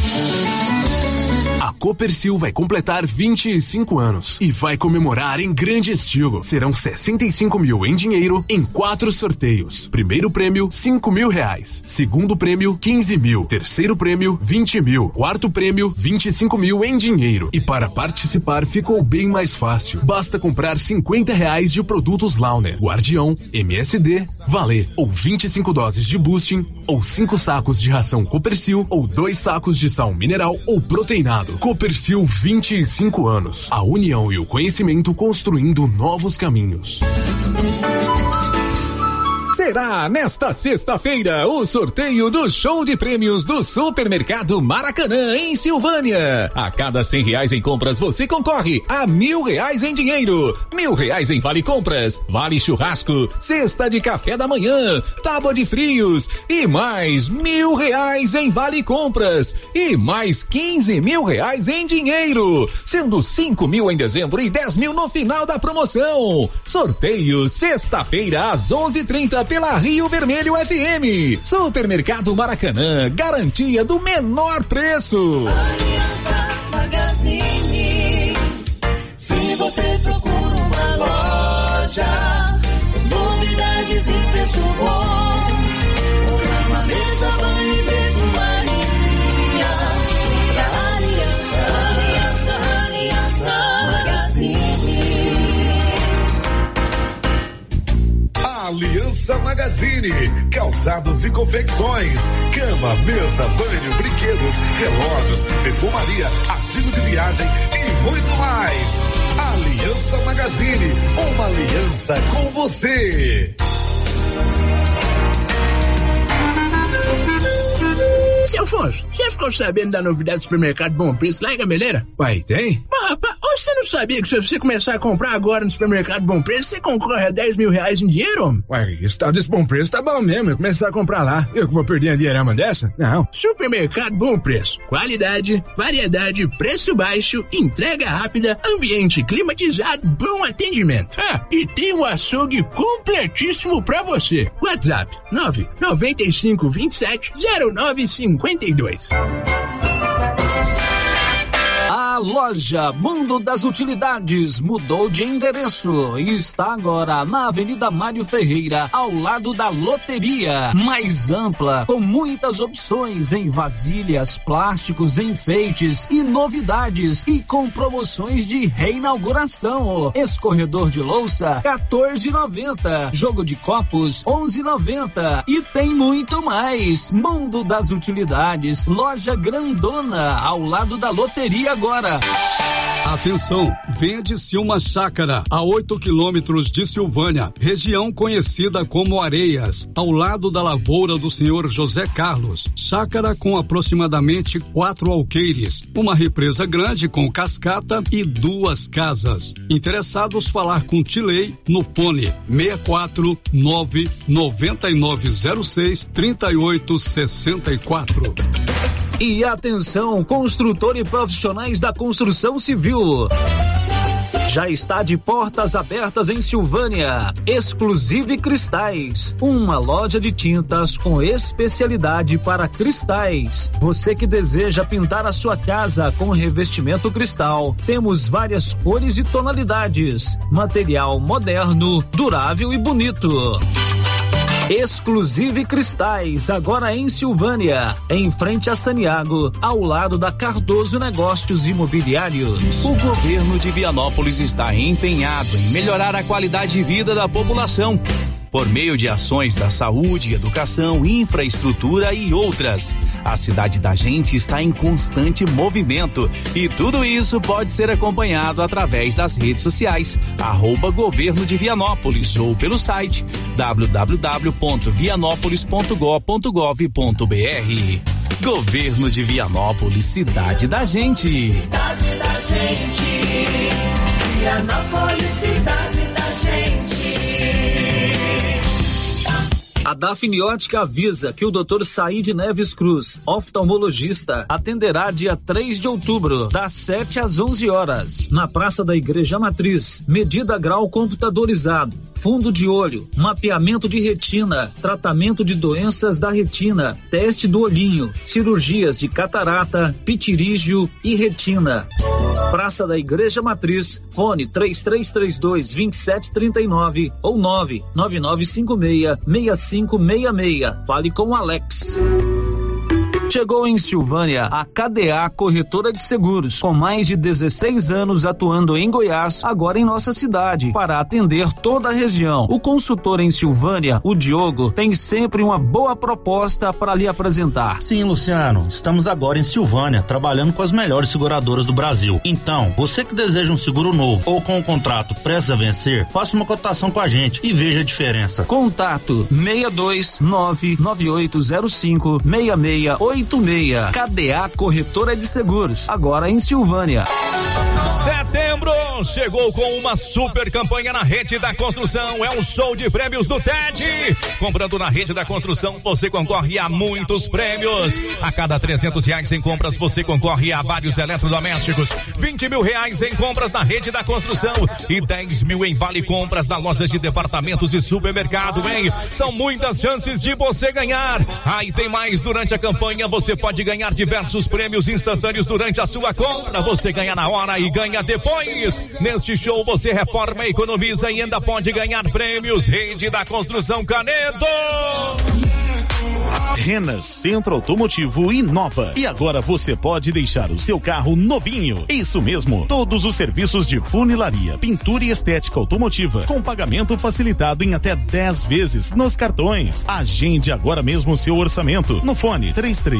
A Copercil vai completar 25 anos e vai comemorar em grande estilo. Serão 65 mil em dinheiro em 4 sorteios. Primeiro prêmio, 5 mil reais. Segundo prêmio, 15 mil. Terceiro prêmio, 20 mil. Quarto prêmio, 25 mil em dinheiro. E para participar ficou bem mais fácil. Basta comprar 50 reais de produtos Launer, Guardião, MSD, Valer, ou 25 doses de boosting, ou 5 sacos de ração Copercil, ou 2 sacos de sal mineral ou proteinado. Copercil, 25 anos. A união e o conhecimento construindo novos caminhos. Será nesta sexta-feira o sorteio do show de prêmios do Supermercado Maracanã, em Silvânia. A cada R$100 em compras você concorre a R$1.000 em dinheiro, R$1.000 em vale compras, vale churrasco, cesta de café da manhã, tábua de frios e mais R$1.000 em vale compras e mais R$15.000 em dinheiro, sendo 5 mil em dezembro e 10 mil no final da promoção. Sorteio sexta-feira às 11h30 pela Rio Vermelho FM. Supermercado Maracanã, garantia do menor preço. Aliança Magazine. Se você procura uma loja, novidades e preço bom, cama, mesa, banho e perfumaria, pra Aliança Magazine. Aliança Magazine, calçados e confecções, cama, mesa, banho, brinquedos, relógios, perfumaria, artigo de viagem e muito mais. Aliança Magazine, uma aliança com você. Seu Afonso, você ficou sabendo da novidade do supermercado Bom Preço lá em Gameleira? Uai, tem? Rapaz, você não sabia que se você começar a comprar agora no supermercado Bom Preço, você concorre a R$10.000 em dinheiro, homem? Uai, esse tal desse Bom Preço tá bom mesmo, eu começar a comprar lá. Eu que vou perder a dinheirama dessa? Não. Supermercado Bom Preço. Qualidade, variedade, preço baixo, entrega rápida, ambiente climatizado, bom atendimento. E tem um açougue completíssimo pra você. WhatsApp 995270952. A loja Mundo das Utilidades mudou de endereço e está agora na Avenida Mário Ferreira, ao lado da loteria. Mais ampla, com muitas opções em vasilhas, plásticos, enfeites e novidades, e com promoções de reinauguração. Escorredor de louça, R$14,90. Jogo de copos, R$11,90. E tem muito mais. Mundo das Utilidades, loja grandona, ao lado da loteria agora. Atenção, vende-se uma chácara a 8 quilômetros de Silvânia, região conhecida como Areias, ao lado da lavoura do senhor José Carlos. Chácara com aproximadamente 4 alqueires, uma represa grande com cascata e 2 casas. Interessados, falar com Tilei no fone 649-9906-3864. E atenção, construtor e profissionais da construção civil. Já está de portas abertas em Silvânia. Exclusive Cristais, uma loja de tintas com especialidade para cristais. Você que deseja pintar a sua casa com revestimento cristal, temos várias cores e tonalidades. Material moderno, durável e bonito. Exclusive Cristais, agora em Silvânia, em frente a Saniago, ao lado da Cardoso Negócios Imobiliários. O governo de Vianópolis está empenhado em melhorar a qualidade de vida da população, por meio de ações da saúde, educação, infraestrutura e outras. A cidade da gente está em constante movimento e tudo isso pode ser acompanhado através das redes sociais, @Governo de Vianópolis ou pelo site www.vianopolis.gov.br. Governo de Vianópolis, cidade da gente. Cidade da gente. Vianópolis, cidade da gente. A Dafniótica avisa que o Dr. Saíde Neves Cruz, oftalmologista, atenderá dia 3 de outubro, das 7 às 11 horas, na Praça da Igreja Matriz. Medida grau computadorizado, fundo de olho, mapeamento de retina, tratamento de doenças da retina, teste do olhinho, cirurgias de catarata, pitirígio e retina. Praça da Igreja Matriz, fone 3332-2739 ou 99956-6566. Fale com o Alex. Chegou em Silvânia a KDA Corretora de Seguros, com mais de 16 anos atuando em Goiás, agora em nossa cidade, para atender toda a região. O consultor em Silvânia, o Diogo, tem sempre uma boa proposta para lhe apresentar. Sim, Luciano, estamos agora em Silvânia, trabalhando com as melhores seguradoras do Brasil. Então, você que deseja um seguro novo ou com um contrato prestes a vencer, faça uma cotação com a gente e veja a diferença. Contato 62998056686. KDA Corretora de Seguros, agora em Silvânia. Setembro chegou com uma super campanha na Rede da Construção. É um show de prêmios do TED. Comprando na Rede da Construção, você concorre a muitos prêmios. A cada R$300 em compras, você concorre a vários eletrodomésticos. R$20.000 em compras na Rede da Construção e 10 mil em vale compras na lojas de departamentos e supermercado, hein? São muitas chances de você ganhar. E tem mais. Durante a campanha, você pode ganhar diversos prêmios instantâneos durante a sua compra. Você ganha na hora e ganha depois. Neste show você reforma, economiza e ainda pode ganhar prêmios. Rede da Construção Canedo. Renas Centro Automotivo inova e agora você pode deixar o seu carro novinho. Isso mesmo, todos os serviços de funilaria, pintura e estética automotiva com pagamento facilitado em até 10 vezes nos cartões. Agende agora mesmo o seu orçamento no fone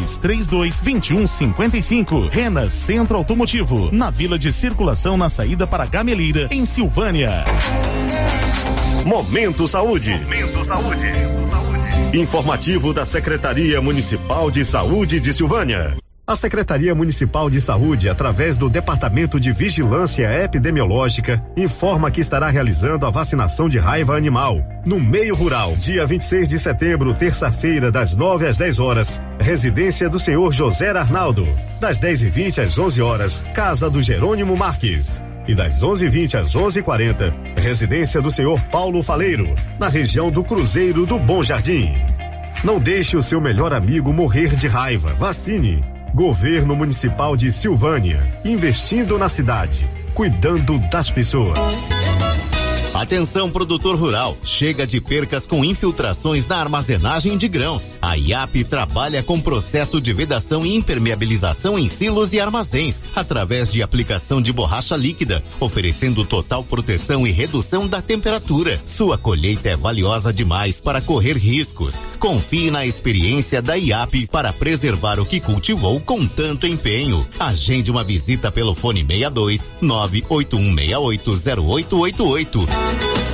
3332-2155. Renas Centro Automotivo, na Vila de Circulação, na saída para Gameleira, em Silvânia. Momento Saúde. Momento Saúde. Informativo da Secretaria Municipal de Saúde de Silvânia. A Secretaria Municipal de Saúde, através do Departamento de Vigilância Epidemiológica, informa que estará realizando a vacinação de raiva animal no meio rural, dia 26 de setembro, terça-feira, das 9 às 10 horas, residência do senhor José Arnaldo. Das 10h20 às 11 horas, casa do Jerônimo Marques. E das 11h20 às 11h40, residência do senhor Paulo Faleiro, na região do Cruzeiro do Bom Jardim. Não deixe o seu melhor amigo morrer de raiva. Vacine. Governo Municipal de Silvânia, investindo na cidade, cuidando das pessoas. Atenção, produtor rural, chega de percas com infiltrações na armazenagem de grãos. A IAP trabalha com processo de vedação e impermeabilização em silos e armazéns, através de aplicação de borracha líquida, oferecendo total proteção e redução da temperatura. Sua colheita é valiosa demais para correr riscos. Confie na experiência da IAP para preservar o que cultivou com tanto empenho. Agende uma visita pelo fone 62 981680888.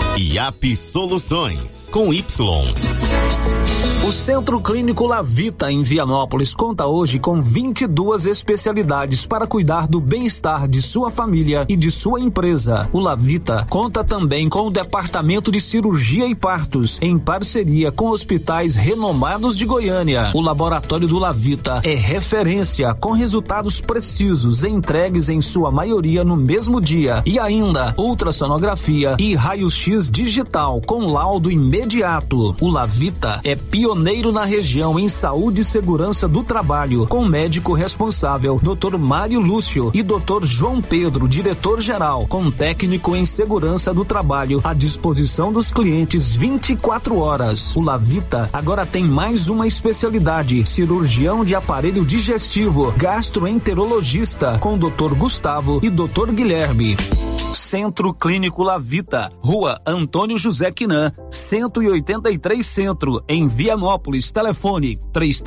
IAP Soluções, com Y. O Centro Clínico Lavita, em Vianópolis, conta hoje com 22 especialidades para cuidar do bem-estar de sua família e de sua empresa. O Lavita conta também com o Departamento de Cirurgia e Partos, em parceria com hospitais renomados de Goiânia. O Laboratório do Lavita é referência, com resultados precisos, entregues em sua maioria no mesmo dia. E ainda, ultrassonografia e raio-x digital, com laudo imediato. O Lavita é pioneiro na região em saúde e segurança do trabalho, com médico responsável, Dr. Mário Lúcio, e Dr. João Pedro, diretor-geral, com técnico em segurança do trabalho, à disposição dos clientes 24 horas. O Lavita agora tem mais uma especialidade: cirurgião de aparelho digestivo, gastroenterologista, com Dr. Gustavo e Dr. Guilherme. Centro Clínico Lavita, Rua Antônio José Quinan, 183 Centro, em Vianópolis. Telefone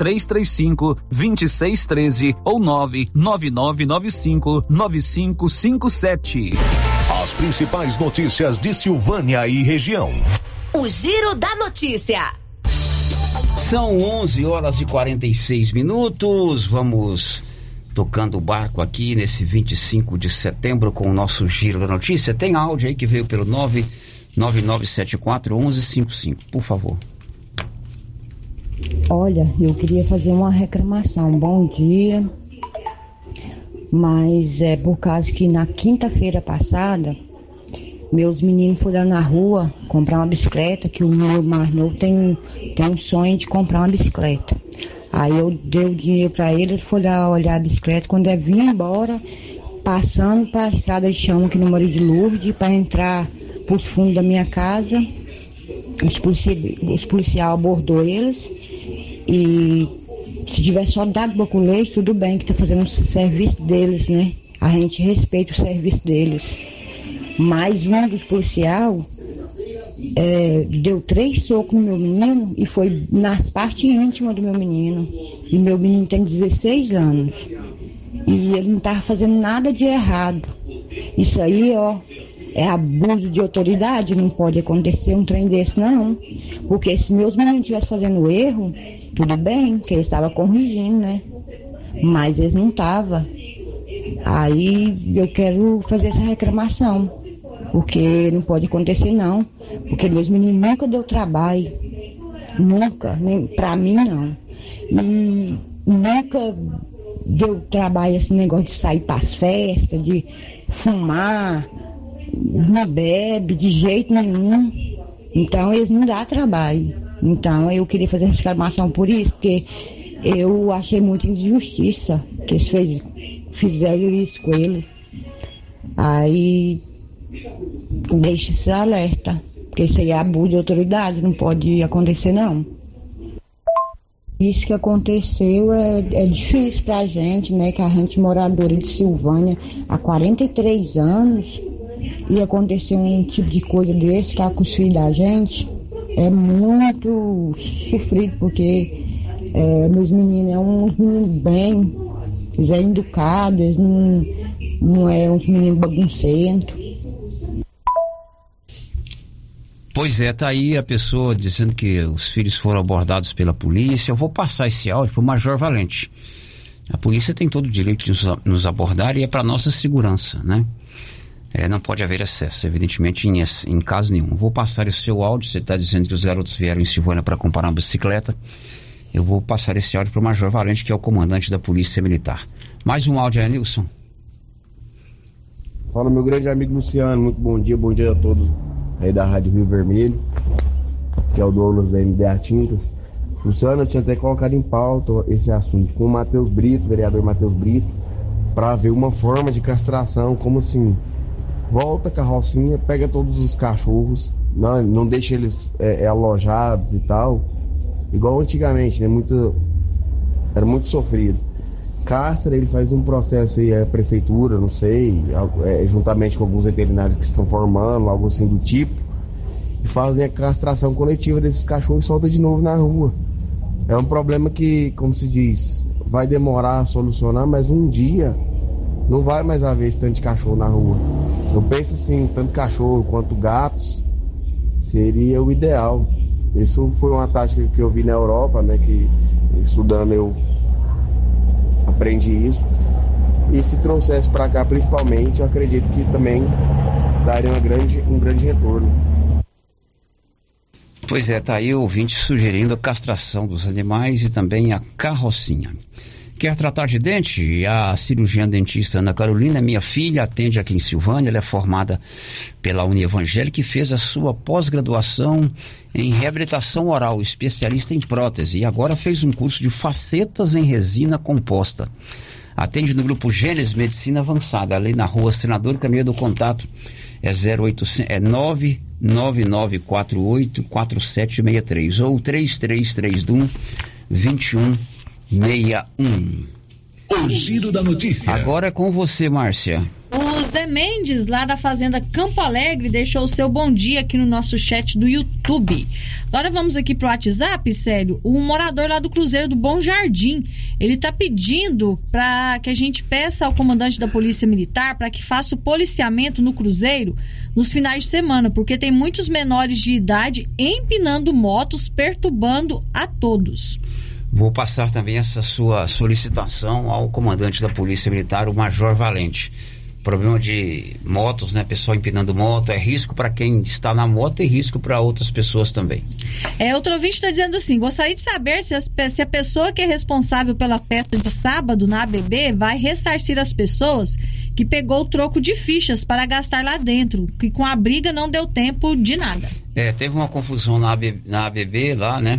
3335-2613 ou 99995-9557. As principais notícias de Silvânia e região. O Giro da Notícia. São 11h46. Vamos tocando o barco aqui nesse 25 de setembro com o nosso Giro da Notícia. Tem áudio aí que veio pelo 99974-1155, por favor. Olha, eu queria fazer uma reclamação. Bom dia. Mas é por causa que na quinta-feira passada, meus meninos foram na rua comprar uma bicicleta, que o meu mais novo tem um sonho de comprar uma bicicleta. Aí eu dei o dinheiro para ele foi lá olhar a bicicleta. Quando ele vinha embora, passando para a estrada de chão aqui no Maria de Lourdes, para entrar para os fundos da minha casa, os policiais abordou eles e se tiver só dado baculete, tudo bem, que está fazendo o serviço deles, né? A gente respeita o serviço deles. Mas um dos policiais deu 3 socos no meu menino e foi nas partes íntimas do meu menino. E meu menino tem 16 anos. E ele não estava fazendo nada de errado. Isso aí, é abuso de autoridade, não pode acontecer um trem desse, não. Porque se meus meninos estivessem fazendo erro, tudo bem, que eles estavam corrigindo, né? Mas eles não estavam. Aí eu quero fazer essa reclamação. Porque não pode acontecer, não. Porque meus meninos nunca deu trabalho. Nunca, nem pra mim, não. E nunca deu trabalho esse negócio de sair pras festas, de fumar, não bebe de jeito nenhum. Então eles não dão trabalho. Então eu queria fazer essa reclamação por isso, porque eu achei muita injustiça que eles fizeram isso com ele. Aí deixe esse alerta, porque isso aí é abuso de autoridade, não pode acontecer, não. Isso que aconteceu é difícil pra gente, né, que a gente moradora de Silvânia há 43 anos e acontecer um tipo de coisa desse que com os filhos da gente é muito sofrido, porque meus meninos uns meninos bem, eles são educados, eles não é uns meninos baguncentos. Pois é, tá aí a pessoa dizendo que os filhos foram abordados pela polícia. Eu vou passar esse áudio pro Major Valente. A polícia tem todo o direito de nos abordar e é para nossa segurança, né? Não pode haver excesso, evidentemente, em caso nenhum. Eu vou passar o seu áudio. Você está dizendo que os garotos vieram em Silvânia para comprar uma bicicleta. Eu vou passar esse áudio pro Major Valente, que é o comandante da Polícia Militar. Mais um áudio aí, Nilson. Fala, meu grande amigo Luciano. Muito bom dia a todos aí da Rádio Rio Vermelho, que é o Douglas da MDA Tintas. Luciano, eu tinha até colocado em pauta esse assunto com o Matheus Brito, vereador Matheus Brito, para ver uma forma de castração, como assim, volta a carrocinha, pega todos os cachorros, não deixa eles alojados e tal, igual antigamente, né? Era muito sofrido. Castra, ele faz um processo aí, a prefeitura, não sei, juntamente com alguns veterinários que estão formando, algo assim do tipo, e fazem a castração coletiva desses cachorros e solta de novo na rua. É um problema que, como se diz, vai demorar a solucionar, mas um dia não vai mais haver esse tanto de cachorro na rua. Eu penso assim, tanto cachorro quanto gatos, seria o ideal. Isso foi uma tática que eu vi na Europa, né, que estudando eu aprendi isso. E se trouxesse para cá principalmente, eu acredito que também daria um grande retorno. Pois é, tá aí o ouvinte sugerindo a castração dos animais e também a carrocinha. Quer tratar de dente? A cirurgiã dentista Ana Carolina, minha filha, atende aqui em Silvânia. Ela é formada pela Unievangélica e fez a sua pós-graduação em reabilitação oral, especialista em prótese, e agora fez um curso de facetas em resina composta. Atende no grupo Gênesis Medicina Avançada, ali na rua Senador Caminho do Contato, é 999484763 ou 3331-2161. O Giro da Notícia. Agora é com você, Márcia. O Zé Mendes, lá da Fazenda Campo Alegre, deixou o seu bom dia aqui no nosso chat do YouTube. Agora vamos aqui pro WhatsApp, Célio. Um morador lá do Cruzeiro do Bom Jardim, ele tá pedindo para que a gente peça ao comandante da Polícia Militar para que faça o policiamento no Cruzeiro nos finais de semana, porque tem muitos menores de idade empinando motos, perturbando a todos. Vou passar também essa sua solicitação ao comandante da Polícia Militar, o Major Valente. Problema de motos, né? Pessoal empinando moto, é risco para quem está na moto e risco para outras pessoas também. Outro ouvinte está dizendo assim: gostaria de saber se a pessoa que é responsável pela festa de sábado na ABB vai ressarcir as pessoas que pegou o troco de fichas para gastar lá dentro, que com a briga não deu tempo de nada. Teve uma confusão na ABB lá, né?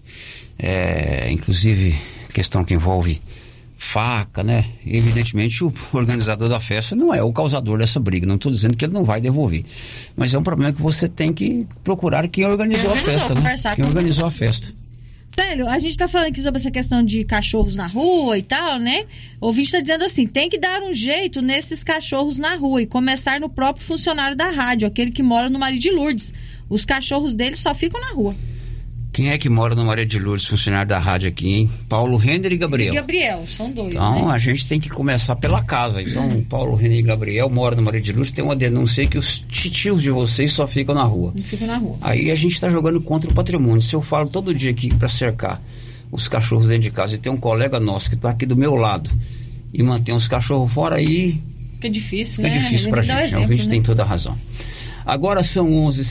Inclusive questão que envolve faca, né? Evidentemente o organizador da festa não é o causador dessa briga, não estou dizendo que ele não vai devolver, mas é um problema que você tem que procurar quem organizou a festa, né? Quem organizou a festa. Célio, a gente está falando aqui sobre essa questão de cachorros na rua e tal, né? O ouvinte está dizendo assim: tem que dar um jeito nesses cachorros na rua e começar no próprio funcionário da rádio, aquele que mora no Maria de Lourdes. Os cachorros deles só ficam na rua. Quem é que mora no Maria de Lourdes, funcionário da rádio aqui, hein? Paulo Renner e Gabriel. Gabriel, são dois, então, né? A gente tem que começar pela casa. Então, Paulo Renner e Gabriel moram no Maria de Lourdes, tem uma denúncia que os titios de vocês só ficam na rua. Não ficam na rua. Aí a gente está jogando contra o patrimônio. Se eu falo todo dia aqui para cercar os cachorros dentro de casa e tem um colega nosso que está aqui do meu lado e mantém os cachorros fora, aí... Fica difícil, né? Fica difícil pra gente. O ouvinte tem toda a razão. Agora são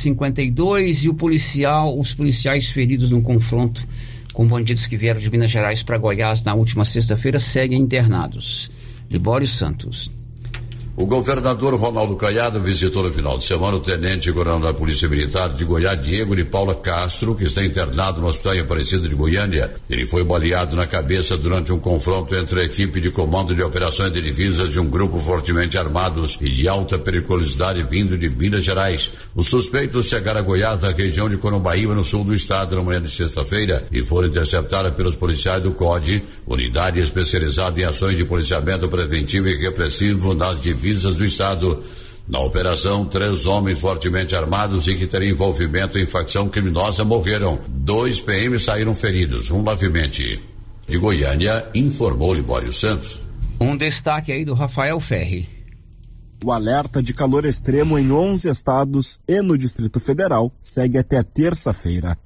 11h52 e os policiais feridos num confronto com bandidos que vieram de Minas Gerais para Goiás na última sexta-feira seguem internados. Libório Santos. O governador Ronaldo Caiado visitou no final de semana o tenente-coronel da Polícia Militar de Goiás, Diego de Paula Castro, que está internado no Hospital Aparecida de Goiânia. Ele foi baleado na cabeça durante um confronto entre a equipe de comando de operações de divisas de um grupo fortemente armados e de alta periculosidade vindo de Minas Gerais. Os suspeitos chegaram a Goiás, da região de Corumbaíba, no sul do estado, na manhã de sexta-feira, e foram interceptados pelos policiais do COD, unidade especializada em ações de policiamento preventivo e repressivo nas divisas do estado. Na operação, 3 homens fortemente armados e que teriam envolvimento em facção criminosa morreram. 2 PM saíram feridos, um levemente. De Goiânia, informou Libório Santos. Um destaque aí do Rafael Ferri. O alerta de calor extremo em 11 estados e no Distrito Federal segue até terça-feira.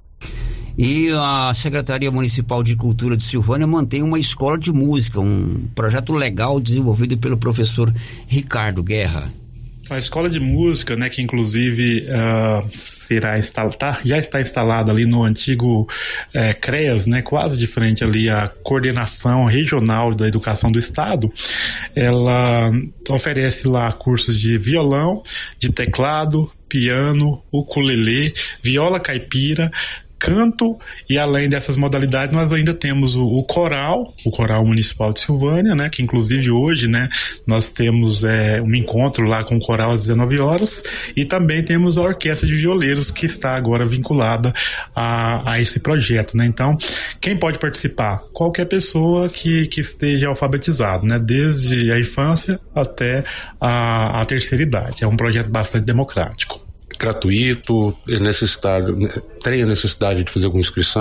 E a Secretaria Municipal de Cultura de Silvânia mantém uma escola de música, um projeto legal desenvolvido pelo professor Ricardo Guerra. A escola de música, né, que inclusive já está instalada ali no antigo CREAS, né, quase de frente ali à Coordenação Regional da Educação do Estado. Ela oferece lá cursos de violão, de teclado, piano, ukulele, viola caipira, canto, e além dessas modalidades nós ainda temos o coral municipal de Silvânia, né, que inclusive hoje, né, nós temos um encontro lá com o coral às 19 horas, e também temos a orquestra de violeiros que está agora vinculada a esse projeto, né. Então, quem pode participar? Qualquer pessoa que esteja alfabetizado, né, desde a infância até a terceira idade. É um projeto bastante democrático. Gratuito, tem a necessidade de fazer alguma inscrição?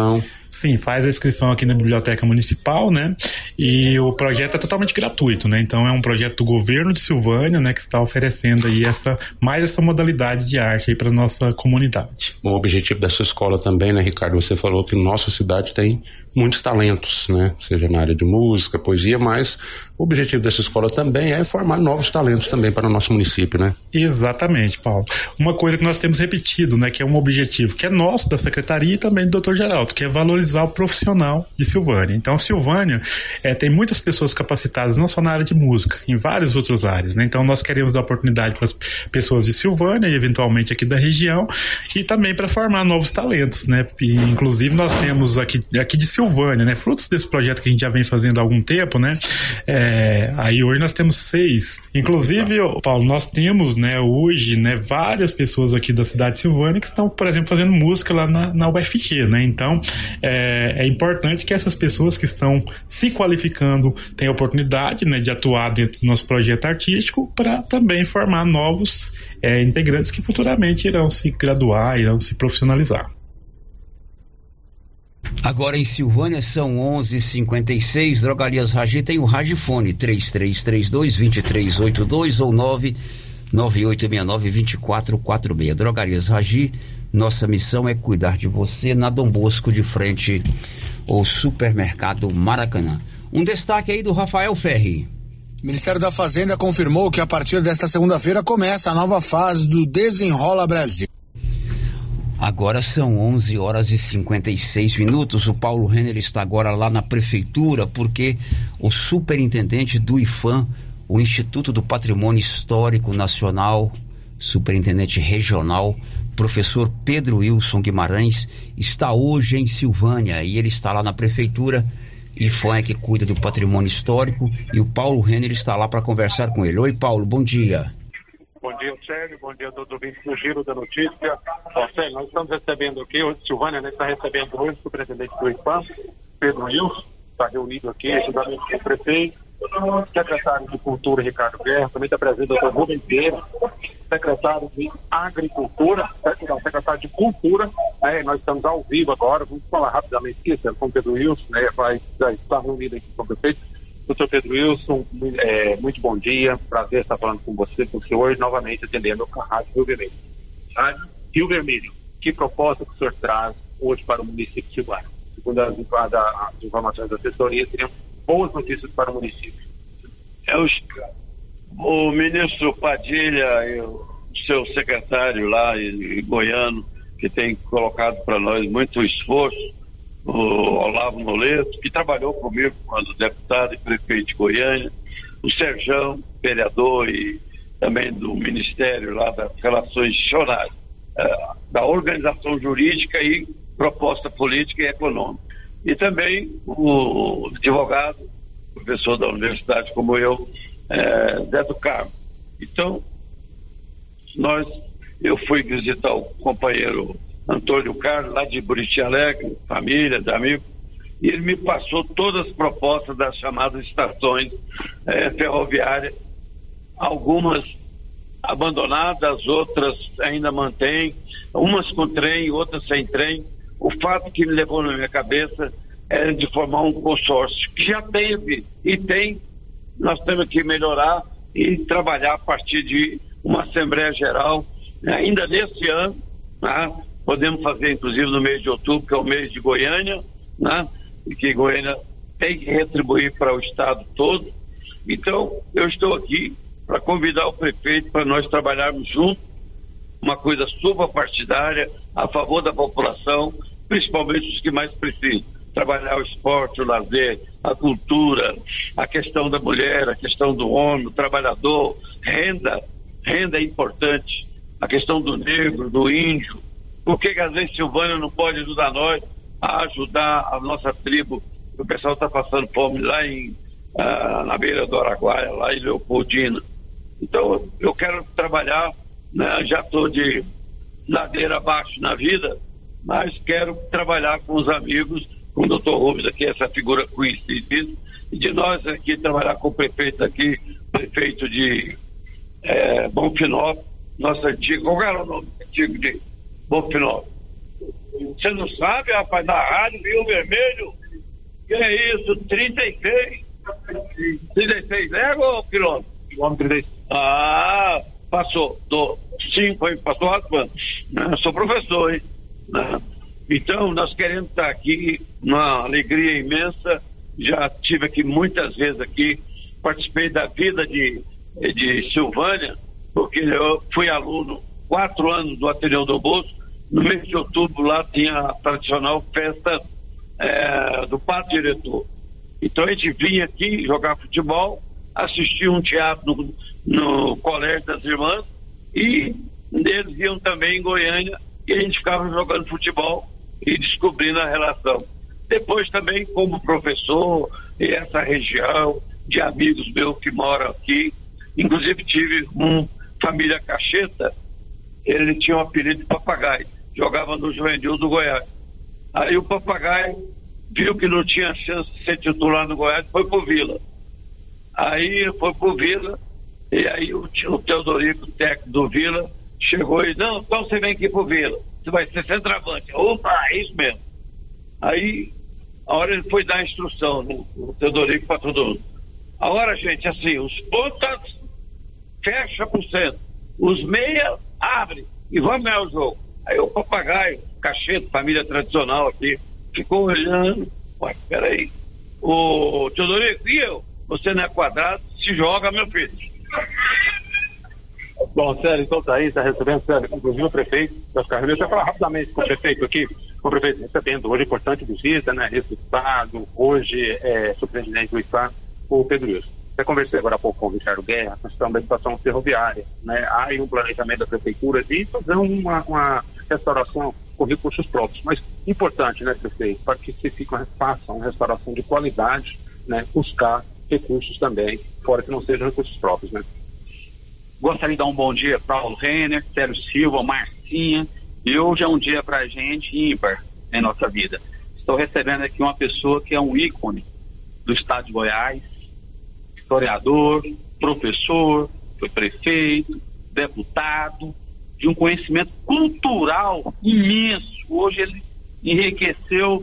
Sim, faz a inscrição aqui na Biblioteca Municipal, né? E o projeto é totalmente gratuito, né? Então é um projeto do governo de Silvânia, né, que está oferecendo aí essa modalidade de arte aí para nossa comunidade. O objetivo dessa escola também, né, Ricardo, você falou que nossa cidade tem muitos talentos, né? Seja na área de música, poesia, mas o objetivo dessa escola também é formar novos talentos também para o nosso município, né? Exatamente, Paulo. Uma coisa que nós temos repetido, né, que é um objetivo que é nosso, da Secretaria e também do Dr. Geraldo, que é valorizar o profissional de Silvânia. Então, Silvânia tem muitas pessoas capacitadas, não só na área de música, em várias outras áreas, né? Então, nós queremos dar oportunidade para as pessoas de Silvânia e eventualmente aqui da região e também para formar novos talentos, né? E, inclusive, nós temos aqui de Silvânia, né? Frutos desse projeto que a gente já vem fazendo há algum tempo, né? Aí hoje nós temos 6. Inclusive, Paulo, nós temos, né, hoje, né, várias pessoas aqui da cidade de Silvânia que estão, por exemplo, fazendo música lá na UFG, né? Então, é importante que essas pessoas que estão se qualificando tenham a oportunidade, né, de atuar dentro do nosso projeto artístico para também formar novos integrantes que futuramente irão se graduar, irão se profissionalizar. Agora em Silvânia são 11h56, Drogarias Ragi tem o Ragifone 3332-2382 ou 99869-2446. Drogarias Ragi, nossa missão é cuidar de você na Dom Bosco, de frente ao supermercado Maracanã. Um destaque aí do Rafael Ferri. O Ministério da Fazenda confirmou que a partir desta segunda-feira começa a nova fase do Desenrola Brasil. Agora são 11h56. O Paulo Renner está agora lá na prefeitura porque o superintendente do IPHAN, o Instituto do Patrimônio Histórico Nacional, superintendente regional, professor Pedro Wilson Guimarães, está hoje em Silvânia e ele está lá na prefeitura. IPHAN é que cuida do patrimônio histórico e o Paulo Renner está lá para conversar com ele. Oi, Paulo, bom dia. Bom dia, Sérgio. Bom dia a todos os ouvintes do Giro da Notícia. Sérgio, nós estamos recebendo aqui, o Silvânia, né, está recebendo hoje o superintendente do IPHAN, Pedro Wilson, está reunido aqui, juntamente com o prefeito, o secretário de Cultura, Ricardo Guerra, também está presente o doutor Rubens Vieira, secretário de Agricultura, secretário de Cultura, né, nós estamos ao vivo agora, vamos falar rapidamente aqui, com o Pedro Wilson, né, vai estar reunido aqui com o prefeito. Doutor Pedro Wilson, muito bom dia, prazer estar falando com você hoje novamente atendendo a Rádio Rio Vermelho. Rádio Rio Vermelho, que proposta que o senhor traz hoje para o município de Silvânia? Segundo as informações da assessoria, seriam boas notícias para o município. O ministro Padilha e o seu secretário lá em Goiânia, que tem colocado para nós muito esforço, o Olavo Noleto, que trabalhou comigo quando deputado e prefeito de Goiânia, o Serjão, vereador e também do Ministério lá das Relações Institucionais, da organização jurídica e proposta política e econômica. E também o advogado, professor da universidade como eu, Zé do Carmo. Então, eu fui visitar o companheiro Antônio Carlos, lá de Buriti Alegre, família, de amigo, e ele me passou todas as propostas das chamadas estações ferroviárias, algumas abandonadas, outras ainda mantêm, umas com trem, outras sem trem. O fato que me levou na minha cabeça era de formar um consórcio, que já teve e tem. Nós temos que melhorar e trabalhar a partir de uma Assembleia Geral, ainda nesse ano, né? Podemos fazer, inclusive, no mês de outubro, que é o mês de Goiânia, né? E que Goiânia tem que retribuir para o estado todo. Então, eu estou aqui para convidar o prefeito para nós trabalharmos juntos, uma coisa suprapartidária, a favor da população, principalmente os que mais precisam. Trabalhar o esporte, o lazer, a cultura, a questão da mulher, a questão do homem, o trabalhador, renda é importante, a questão do negro, do índio. Por que às vezes Silvânia não pode ajudar nós a ajudar a nossa tribo? O pessoal está passando fome lá na beira do Araguaia, lá em Leopoldina. Então eu quero trabalhar, né? Já estou de ladeira abaixo na vida, mas quero trabalhar com os amigos, com o doutor Rubens aqui, essa figura conhecida, e de nós aqui trabalhar com o prefeito aqui, prefeito de Bonfinópolis, nosso antigo, qual era o nome antigo de Bonfinópolis? Você não sabe, rapaz, na rádio, Rio Vermelho? Que é isso? 36 léguas ou quilômetros? Quilômetro 36. Ah, passou. Passou raspando. Eu sou professor, hein? Então, nós queremos estar aqui, uma alegria imensa. Já estive aqui muitas vezes aqui, participei da vida de Silvânia, porque eu fui aluno 4 anos do Ateneu do Bolso. No mês de outubro lá tinha a tradicional festa do Pato Diretor. Então a gente vinha aqui jogar futebol, assistir um teatro no Colégio das Irmãs, e eles iam também em Goiânia e a gente ficava jogando futebol e descobrindo a relação. Depois também, como professor, e essa região de amigos meus que moram aqui, inclusive tive família Cacheta, ele tinha um apelido de Papagaio, jogava no Juvenil do Goiás. Aí o Papagaio viu que não tinha chance de ser titular no Goiás, foi pro Vila. Aí foi pro Vila, e aí o Teodorico, o técnico do Vila, chegou e não, então você vem aqui pro Vila, você vai ser centroavante. Opa, é isso mesmo. Aí, a hora ele foi dar a instrução, né, o Teodorico para todo mundo. Agora, gente, assim, os pontas fecha pro centro, os meia abre e vamos ganhar o jogo. Aí o Papagaio, Cacheta, família tradicional aqui, ficou olhando. Ué, peraí, o Teodorico, e eu? Você não é quadrado, se joga, meu filho. Bom, Célio, então tá aí, está recebendo, Célio, inclusive o prefeito das Carreiras. Deixa eu falar rapidamente com o prefeito aqui. O prefeito recebendo hoje, importante visita, né? Esse estado, hoje é superintendente do estado, o Pedro Wilson. Eu conversei agora há pouco com o Ricardo Guerra, a questão da situação ferroviária, né? Há aí um planejamento da prefeitura de fazer uma restauração com recursos próprios, mas importante, né, prefeito, para que se faça uma restauração de qualidade, né? Buscar recursos também, fora que não sejam recursos próprios, né? Gostaria de dar um bom dia para Paulo Renner, Célio Silva, Marcinha, e hoje é um dia para a gente ímpar em nossa vida. Estou recebendo aqui uma pessoa que é um ícone do estado de Goiás, historiador, professor, foi prefeito, deputado, de um conhecimento cultural imenso. Hoje ele enriqueceu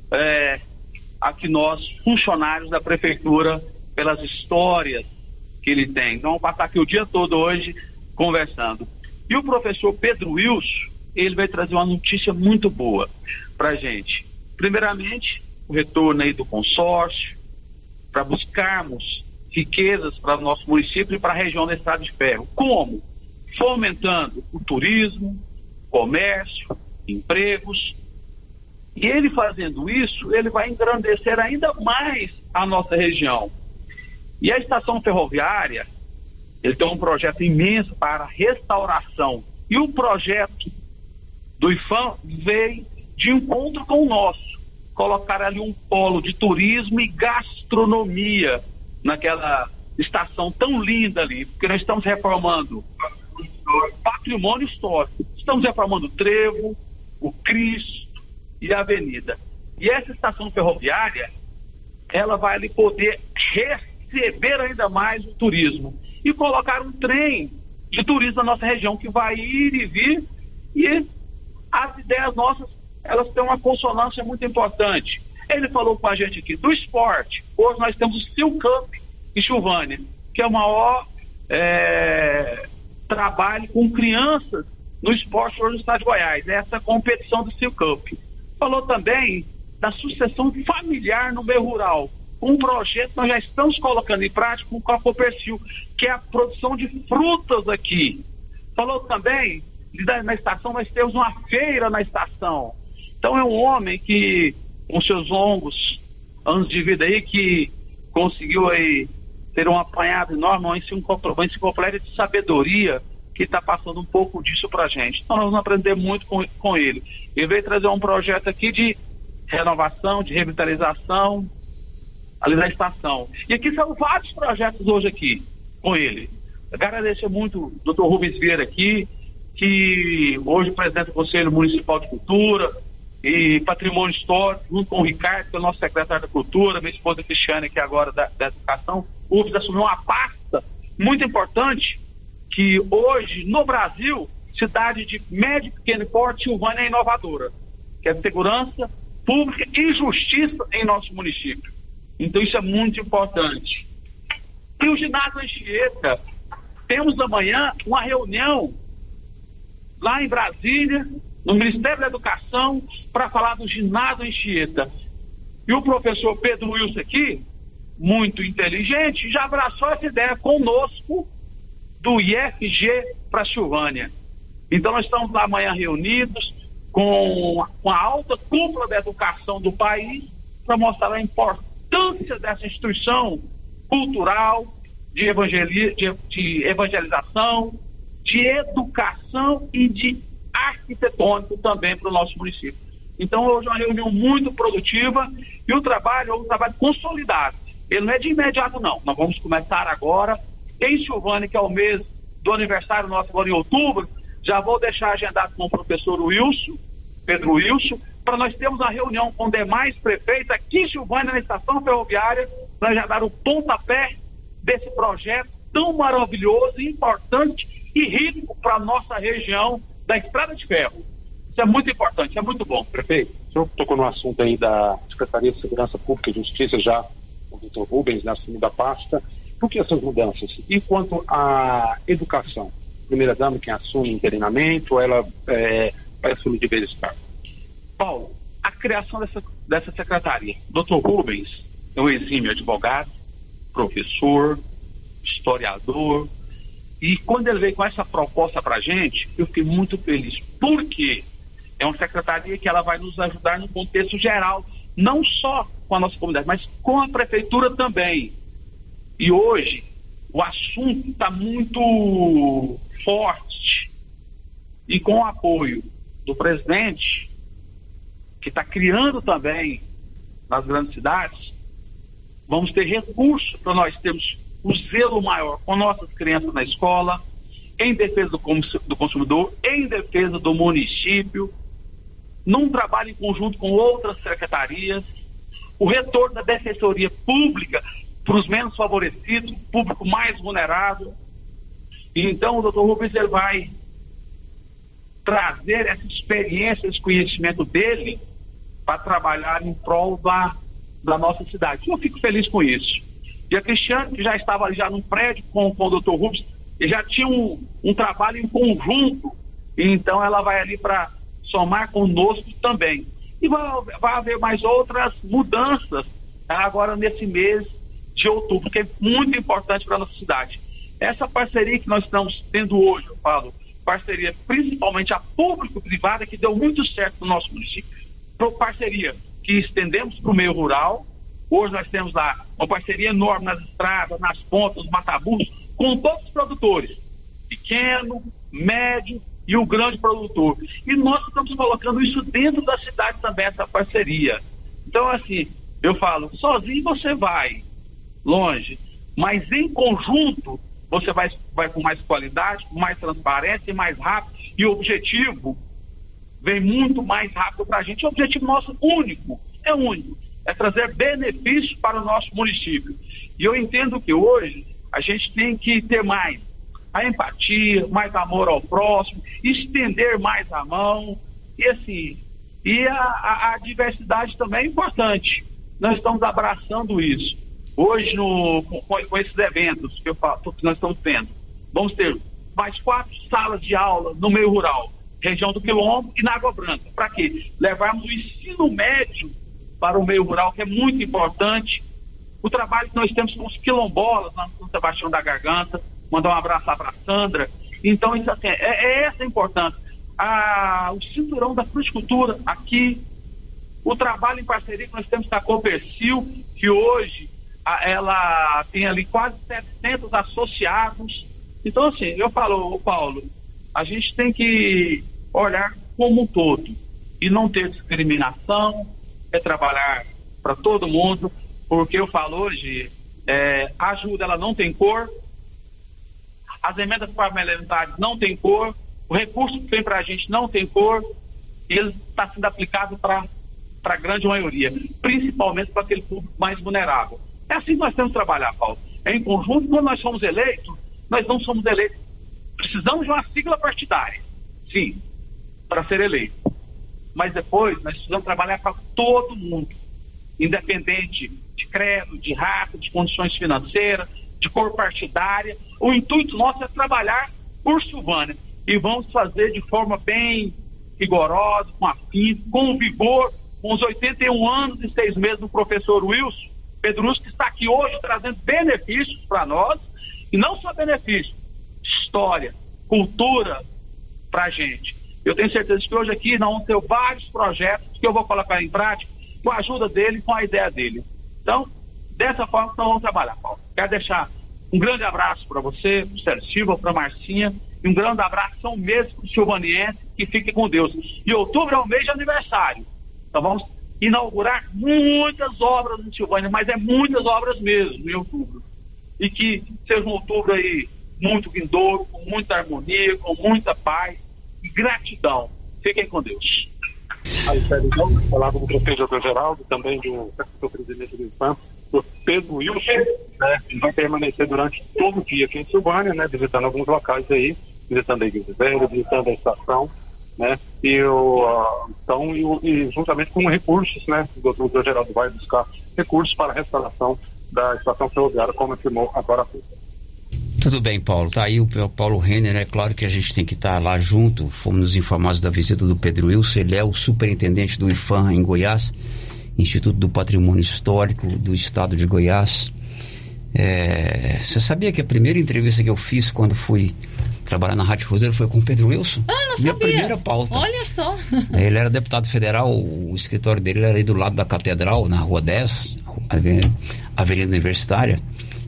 aqui nós, funcionários da prefeitura, pelas histórias que ele tem. Então, vamos passar aqui o dia todo hoje conversando. E o professor Pedro Wilson, ele vai trazer uma notícia muito boa para a gente. Primeiramente, o retorno aí do consórcio, para buscarmos riquezas para o nosso município e para a região da Estrada de Ferro. Como? Fomentando o turismo, comércio, empregos. E ele fazendo isso, ele vai engrandecer ainda mais a nossa região. E a estação ferroviária, ele tem um projeto imenso para restauração. E o projeto do IFAM veio de encontro com o nosso. Colocar ali um polo de turismo e gastronomia naquela estação tão linda ali. Porque nós estamos reformando patrimônio histórico. Estamos reformando o Trevo, o Cristo e a Avenida. E essa estação ferroviária, ela vai ali poder receber ainda mais o turismo e colocar um trem de turismo na nossa região que vai ir e vir, e as ideias nossas, elas têm uma consonância muito importante. Ele falou com a gente aqui do esporte. Hoje nós temos o Sil Cup em Silvânia, que é o maior trabalho com crianças no esporte hoje no estado de Goiás, essa competição do Sil Cup. Falou também da sucessão familiar no meio rural, um projeto que nós já estamos colocando em prática com a Copercil, que é a produção de frutas aqui. Falou também, na estação nós temos uma feira na estação. Então é um homem que, com seus longos anos de vida aí, que conseguiu aí ter um apanhado enorme, uma enciclopédia de sabedoria, que está passando um pouco disso para a gente. Então nós vamos aprender muito com ele. Ele veio trazer um projeto aqui de renovação, de revitalização ali na estação. E aqui são vários projetos hoje aqui com ele. Eu agradeço muito o Dr. Rubens Vieira aqui, que hoje presidente do Conselho Municipal de Cultura e Patrimônio Histórico, junto com o Ricardo, que é o nosso secretário da Cultura, minha esposa Cristiane, que é agora da Educação. O Rubens assumiu uma pasta muito importante, que hoje, no Brasil, cidade de médio e pequeno porte, Silvânia é inovadora. que é segurança pública e justiça em nosso município. Então isso é muito importante. E o ginásio Anchieta, temos amanhã uma reunião lá em Brasília, no Ministério da Educação, para falar do ginásio Anchieta. E o professor Pedro Wilson aqui, muito inteligente, já abraçou essa ideia conosco do IFG para Silvânia. Então nós estamos lá amanhã reunidos com a alta cúpula da educação do país para mostrar a importância dessa instituição cultural, de evangelização, de educação e de arquitetônico também para o nosso município. Então hoje é uma reunião muito produtiva e o trabalho é um trabalho consolidado. Ele não é de imediato, não. Nós vamos começar agora em Silvânia, que é o mês do aniversário nosso, agora em outubro. Já vou deixar agendado com o professor Wilson, Pedro Wilson, para nós termos uma reunião com demais prefeitos aqui em Silvânia, na estação ferroviária, para já dar o pontapé desse projeto tão maravilhoso, importante e rico para a nossa região da Estrada de Ferro. Isso é muito importante, é muito bom. Prefeito, o senhor tocou no assunto aí da Secretaria de Segurança Pública e Justiça, já o doutor Rubens, na segunda pasta. Por que essas mudanças? E quanto à educação? Primeira-dama quem assume interinamente ou ela vai assumir de vez em quando? Paulo, a criação dessa secretaria. Dr. Rubens é um exímio advogado, professor, historiador, e quando ele veio com essa proposta para a gente, eu fiquei muito feliz, porque é uma secretaria que ela vai nos ajudar no contexto geral, não só com a nossa comunidade, mas com a prefeitura também. E hoje o assunto está muito forte, e com o apoio do presidente, que está criando também nas grandes cidades, vamos ter recursos para nós termos o zelo maior com nossas crianças na escola, em defesa do consumidor, em defesa do município, num trabalho em conjunto com outras secretarias, o retorno da defensoria pública para os menos favorecidos, o público mais vulnerável. E então o doutor Rubens ele vai trazer essa experiência, esse conhecimento dele para trabalhar em prol da nossa cidade. Eu fico feliz com isso. E a Cristiane, que já estava já num prédio com o doutor Rubens, e já tinha um trabalho em conjunto, e então ela vai ali para somar conosco também. E vai haver mais outras mudanças agora nesse mês de outubro, que é muito importante para a nossa cidade. Essa parceria que nós estamos tendo hoje, eu falo, parceria principalmente a público-privada, que deu muito certo no nosso município, parceria que estendemos para o meio rural. Hoje nós temos lá uma parceria enorme nas estradas, nas pontas, nos mataburros, com todos os produtores, pequeno, médio e o grande produtor. E nós estamos colocando isso dentro da cidade também, essa parceria. Então, assim, eu falo, sozinho você vai longe, mas em conjunto você vai com mais qualidade, com mais transparência e mais rápido. E o objetivo vem muito mais rápido para a gente. O objetivo nosso único, é trazer benefícios para o nosso município. E eu entendo que hoje a gente tem que ter mais a empatia, mais amor ao próximo, estender mais a mão, e assim, e a diversidade também é importante. Nós estamos abraçando isso. Hoje, com esses eventos que nós estamos tendo, vamos ter mais 4 salas de aula no meio rural, região do Quilombo e na Água Branca. Para quê? Levarmos o ensino médio para o meio rural, que é muito importante. O trabalho que nós temos com os quilombolas na São Sebastião da Garganta, mandar um abraço lá para a Sandra. Então, isso assim, é essa a importância. O cinturão da fruticultura aqui, o trabalho em parceria que nós temos com a Copercil, que hoje ela tem ali quase 700 associados. Então, assim, eu falo, Paulo, a gente tem que olhar como um todo e não ter discriminação, trabalhar para todo mundo, porque eu falo hoje, a ajuda ela não tem cor, as emendas parlamentares não tem cor, o recurso que vem para a gente não tem cor, e ele está sendo aplicado para a grande maioria, principalmente para aquele público mais vulnerável. É assim que nós temos que trabalhar, Paulo. Em conjunto, quando nós somos eleitos, nós não somos eleitos. Precisamos de uma sigla partidária, sim, para ser eleito. mas depois nós precisamos trabalhar para todo mundo, independente de credo, de raça, de condições financeiras, de cor partidária. O intuito nosso é trabalhar por Silvânia e vamos fazer de forma bem rigorosa, com afinco, com vigor, com os 81 anos e 6 meses do professor Wilson Pedrusco, que está aqui hoje trazendo benefícios para nós, e não só benefícios, história, cultura para a gente. Eu tenho certeza que hoje aqui nós vamos ter vários projetos que eu vou colocar em prática com a ajuda dele, com a ideia dele. Então, dessa forma nós vamos trabalhar, Paulo. Quero deixar um grande abraço para você, para o Sérgio Silva, para a Marcinha, e um grande abraço mesmo para o silvaniense, que fique com Deus. E outubro é o mês de aniversário. Então vamos inaugurar muitas obras no Silvânia, mas é muitas obras mesmo em outubro. E que seja um outubro aí muito vindouro, com muita harmonia, com muita paz e gratidão. Fiquem com Deus. Aí, Sérgio, falava do prefeito Dr. Geraldo, também do presidente do IFAM, do Pedro Wilson, né, que vai permanecer durante todo o dia aqui em Silvânia, né, visitando alguns locais aí, visitando a Igreja Velha, visitando a estação, né, e juntamente com recursos, né, o Dr. Geraldo vai buscar recursos para a restauração da estação ferroviária, como afirmou agora há pouco. Tudo bem, Paulo. Tá aí o Paulo Renner. É claro que a gente tem que estar lá junto. Fomos nos informados da visita do Pedro Wilson. Ele é o superintendente do IFAM em Goiás, Instituto do Patrimônio Histórico do Estado de Goiás. Você sabia que a primeira entrevista que eu fiz quando fui trabalhar na Rádio Fuzeiro foi com o Pedro Wilson? Ah, não Minha sabia. primeira pauta. Olha só. Ele era deputado federal, o escritório dele era aí do lado da Catedral, na Rua 10, Avenida Universitária.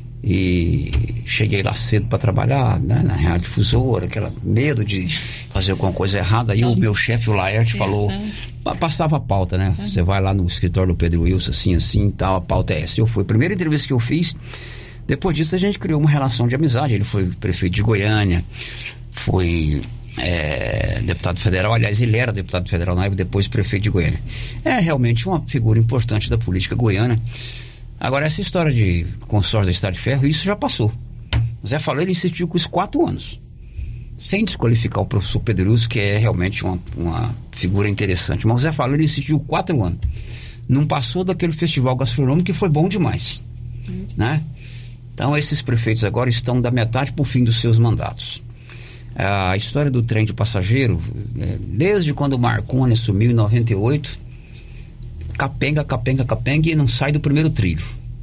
E cheguei lá cedo para trabalhar, né, na Rádio Difusora, aquele medo de fazer alguma coisa errada. Aí o meu chefe, o Laerte, falou, passava a pauta, né? Você vai lá no escritório do Pedro Wilson, assim, tal, a pauta é essa. Eu fui, a primeira entrevista que eu fiz, depois disso a gente criou uma relação de amizade. Ele foi prefeito de Goiânia, foi deputado federal, aliás, ele era deputado federal na época, depois prefeito de Goiânia. É realmente uma figura importante da política goiana. Agora, essa história de consórcio da Estrada de Ferro, isso já passou. O Zé Faleiro insistiu com isso 4 anos, sem desqualificar o professor Pedro Wilson, que é realmente uma figura interessante. Mas o Zé Faleiro insistiu 4 anos. Não passou daquele festival gastronômico que foi bom demais, né? Então, esses prefeitos agora estão da metade para o fim dos seus mandatos. A história do trem de passageiro, desde quando o Marconi assumiu em 98... capenga e não sai do primeiro trilho.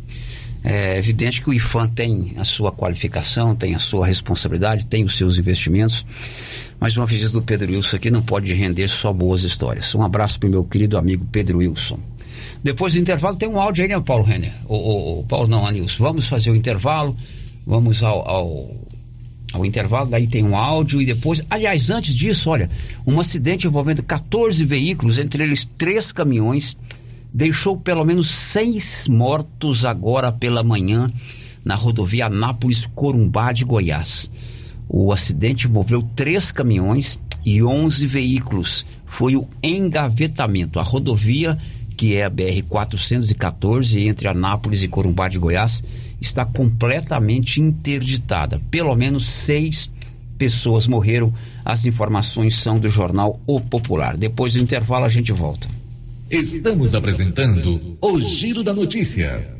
É evidente que o IFAM tem a sua qualificação, tem a sua responsabilidade, tem os seus investimentos, mas uma visita do Pedro Wilson aqui não pode render só boas histórias. Um abraço para o meu querido amigo Pedro Wilson. Depois do intervalo tem um áudio aí, né, Paulo Renner? Paulo não, Anilson. Vamos fazer o intervalo, vamos ao intervalo, daí tem um áudio e depois, aliás, antes disso, olha, um acidente envolvendo 14 veículos, entre eles 3 caminhões, deixou pelo menos 6 mortos agora pela manhã na rodovia Anápolis-Corumbá de Goiás. O acidente envolveu 3 caminhões e 11 veículos. Foi o engavetamento. A rodovia, que é a BR-414, entre Anápolis e Corumbá de Goiás, está completamente interditada. Pelo menos 6 pessoas morreram. As informações são do jornal O Popular. Depois do intervalo a gente volta. Estamos apresentando o Giro da Notícia.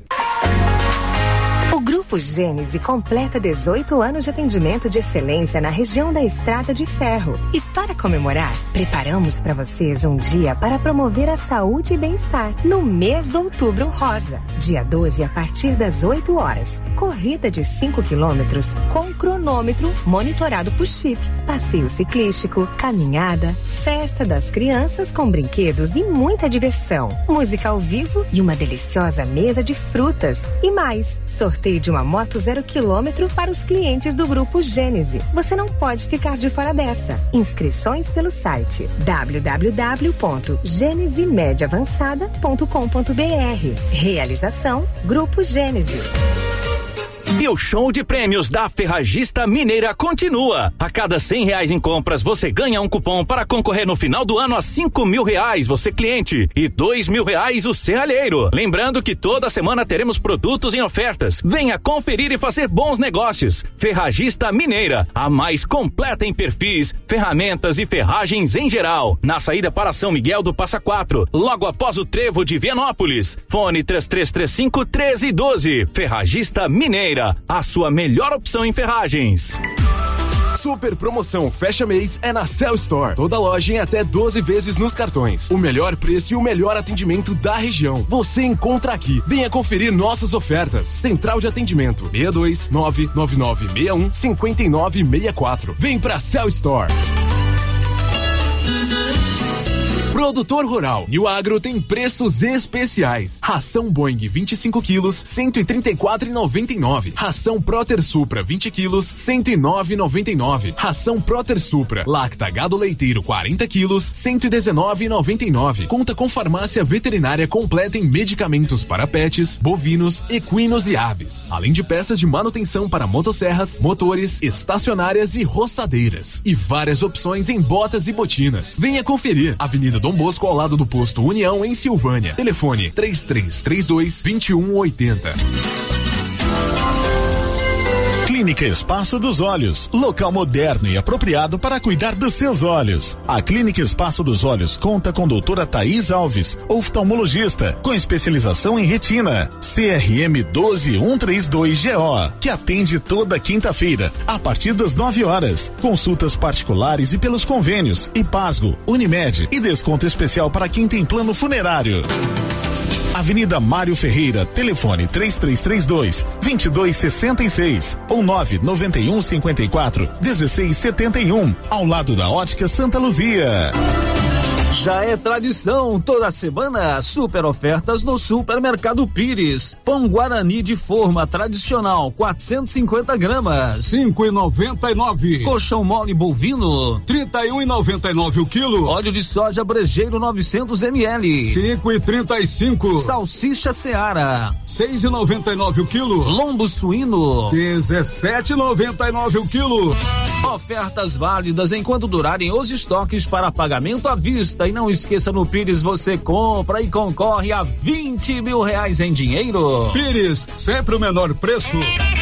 O Grupo Gênese completa 18 anos de atendimento de excelência na região da Estrada de Ferro. E para comemorar, preparamos para vocês um dia para promover a saúde e bem-estar no mês de Outubro Rosa. Dia 12, a partir das 8 horas. Corrida de 5 quilômetros com cronômetro monitorado por chip. Passeio ciclístico, caminhada, festa das crianças com brinquedos e muita diversão. Música ao vivo e uma deliciosa mesa de frutas. E mais, sorteio de uma moto 0 km para os clientes do Grupo Gênese. Você não pode ficar de fora dessa. Inscrições pelo site www.genesemediaavançada.com.br. Realização Grupo Gênese. E o show de prêmios da Ferragista Mineira continua. A cada R$100 em compras, você ganha um cupom para concorrer no final do ano a R$5.000, você cliente, e R$2.000 o serralheiro. Lembrando que toda semana teremos produtos em ofertas. Venha conferir e fazer bons negócios. Ferragista Mineira, a mais completa em perfis, ferramentas e ferragens em geral. Na saída para São Miguel do Passa Quatro, logo após o trevo de Vianópolis. Fone 3335-1312. Ferragista Mineira, a sua melhor opção em ferragens. Super promoção fecha mês é na Cell Store. Toda loja em até 12 vezes nos cartões. O melhor preço e o melhor atendimento da região. Você encontra aqui. Venha conferir nossas ofertas. Central de atendimento 62 99961 5964. Vem pra Cell Store. Produtor Rural. New Agro tem preços especiais. Ração Boeing 25 quilos, R$134,99. Ração Proter Supra 20 quilos, R$109,99. Ração Proter Supra Lacta Gado Leiteiro 40 quilos, R$119,99. Conta com farmácia veterinária completa em medicamentos para pets, bovinos, equinos e aves. Além de peças de manutenção para motosserras, motores, estacionárias e roçadeiras. E várias opções em botas e botinas. Venha conferir. Avenida Dom Bosco, ao lado do posto União, em Silvânia. Telefone 3332-2180. Clínica Espaço dos Olhos, local moderno e apropriado para cuidar dos seus olhos. A Clínica Espaço dos Olhos conta com doutora Thaís Alves, oftalmologista, com especialização em retina, CRM 12132GO, que atende toda quinta-feira, a partir das 9 horas. Consultas particulares e pelos convênios, IPASGO, Unimed e desconto especial para quem tem plano funerário. Avenida Mário Ferreira, telefone 3332-2266 ou 99154-1671, ao lado da Ótica Santa Luzia. Já é tradição, toda semana, super ofertas no Supermercado Pires. Pão Guarani de forma tradicional, 450 gramas, 5,99. Colchão mole bovino, 31,99 o quilo. Óleo de soja Brejeiro 900 ml, 5,35. Salsicha Seara, 6,99 o quilo. Lombo suíno, 17,99 o quilo. Ofertas válidas enquanto durarem os estoques para pagamento à vista. E não esqueça, no Pires você compra e concorre a R$20 mil em dinheiro. Pires, sempre o menor preço.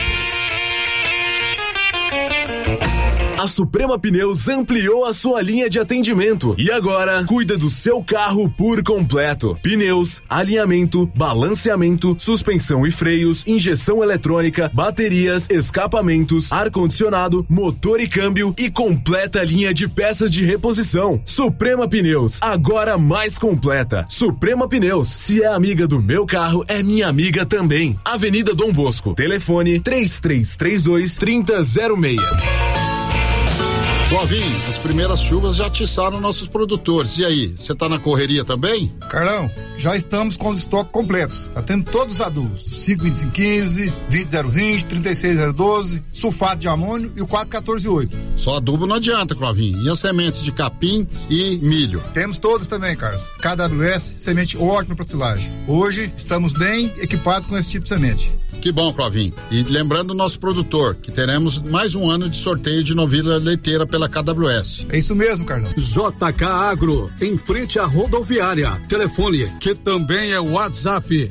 A Suprema Pneus ampliou a sua linha de atendimento e agora cuida do seu carro por completo. Pneus, alinhamento, balanceamento, suspensão e freios, injeção eletrônica, baterias, escapamentos, ar-condicionado, motor e câmbio e completa linha de peças de reposição. Suprema Pneus, agora mais completa. Suprema Pneus, se é amiga do meu carro, é minha amiga também. Avenida Dom Bosco, telefone 3332-3006. Clovinho, as primeiras chuvas já atiçaram nossos produtores. E aí, você tá na correria também? Carlão, já estamos com os estoques completos. Tá tendo todos os adubos: 5,2515, 20,020, 36,012, sulfato de amônio e o 4,14,8. Só adubo não adianta, Clovinho. E as sementes de capim e milho? Temos todos também, Carlos. KWS, semente ótima para silagem. Hoje estamos bem equipados com esse tipo de semente. Que bom, Clovinho. E lembrando o nosso produtor, que teremos mais um ano de sorteio de novilha leiteira pela KWS. É isso mesmo, Carlão. JK Agro, em frente à rodoviária. Telefone, que também é WhatsApp,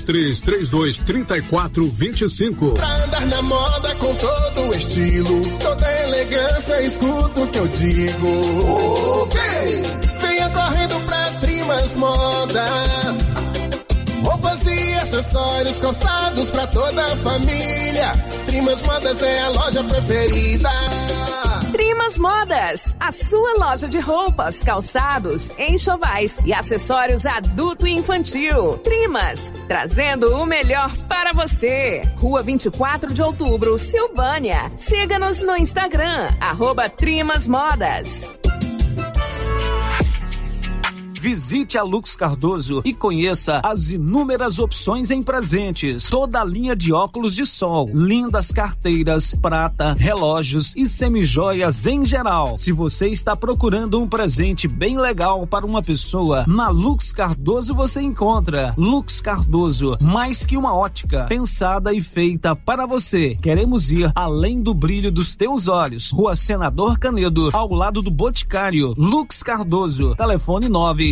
3332-3425. Pra andar na moda com todo o estilo, toda elegância, escuta o que eu digo. Okay. Venha correndo pra Trimas Modas. Roupas e acessórios, calçados pra toda a família. Trimas Modas é a loja preferida. Trimas Modas, a sua loja de roupas, calçados, enxovais e acessórios adulto e infantil. Trimas, trazendo o melhor para você. Rua 24 de Outubro, Silvânia. Siga-nos no Instagram, @Trimas Modas. Visite a Lux Cardoso e conheça as inúmeras opções em presentes. Toda a linha de óculos de sol, lindas carteiras, prata, relógios e semijoias em geral. Se você está procurando um presente bem legal para uma pessoa, na Lux Cardoso você encontra. Lux Cardoso, mais que uma ótica, pensada e feita para você. Queremos ir além do brilho dos teus olhos. Rua Senador Canedo, ao lado do Boticário. Lux Cardoso, telefone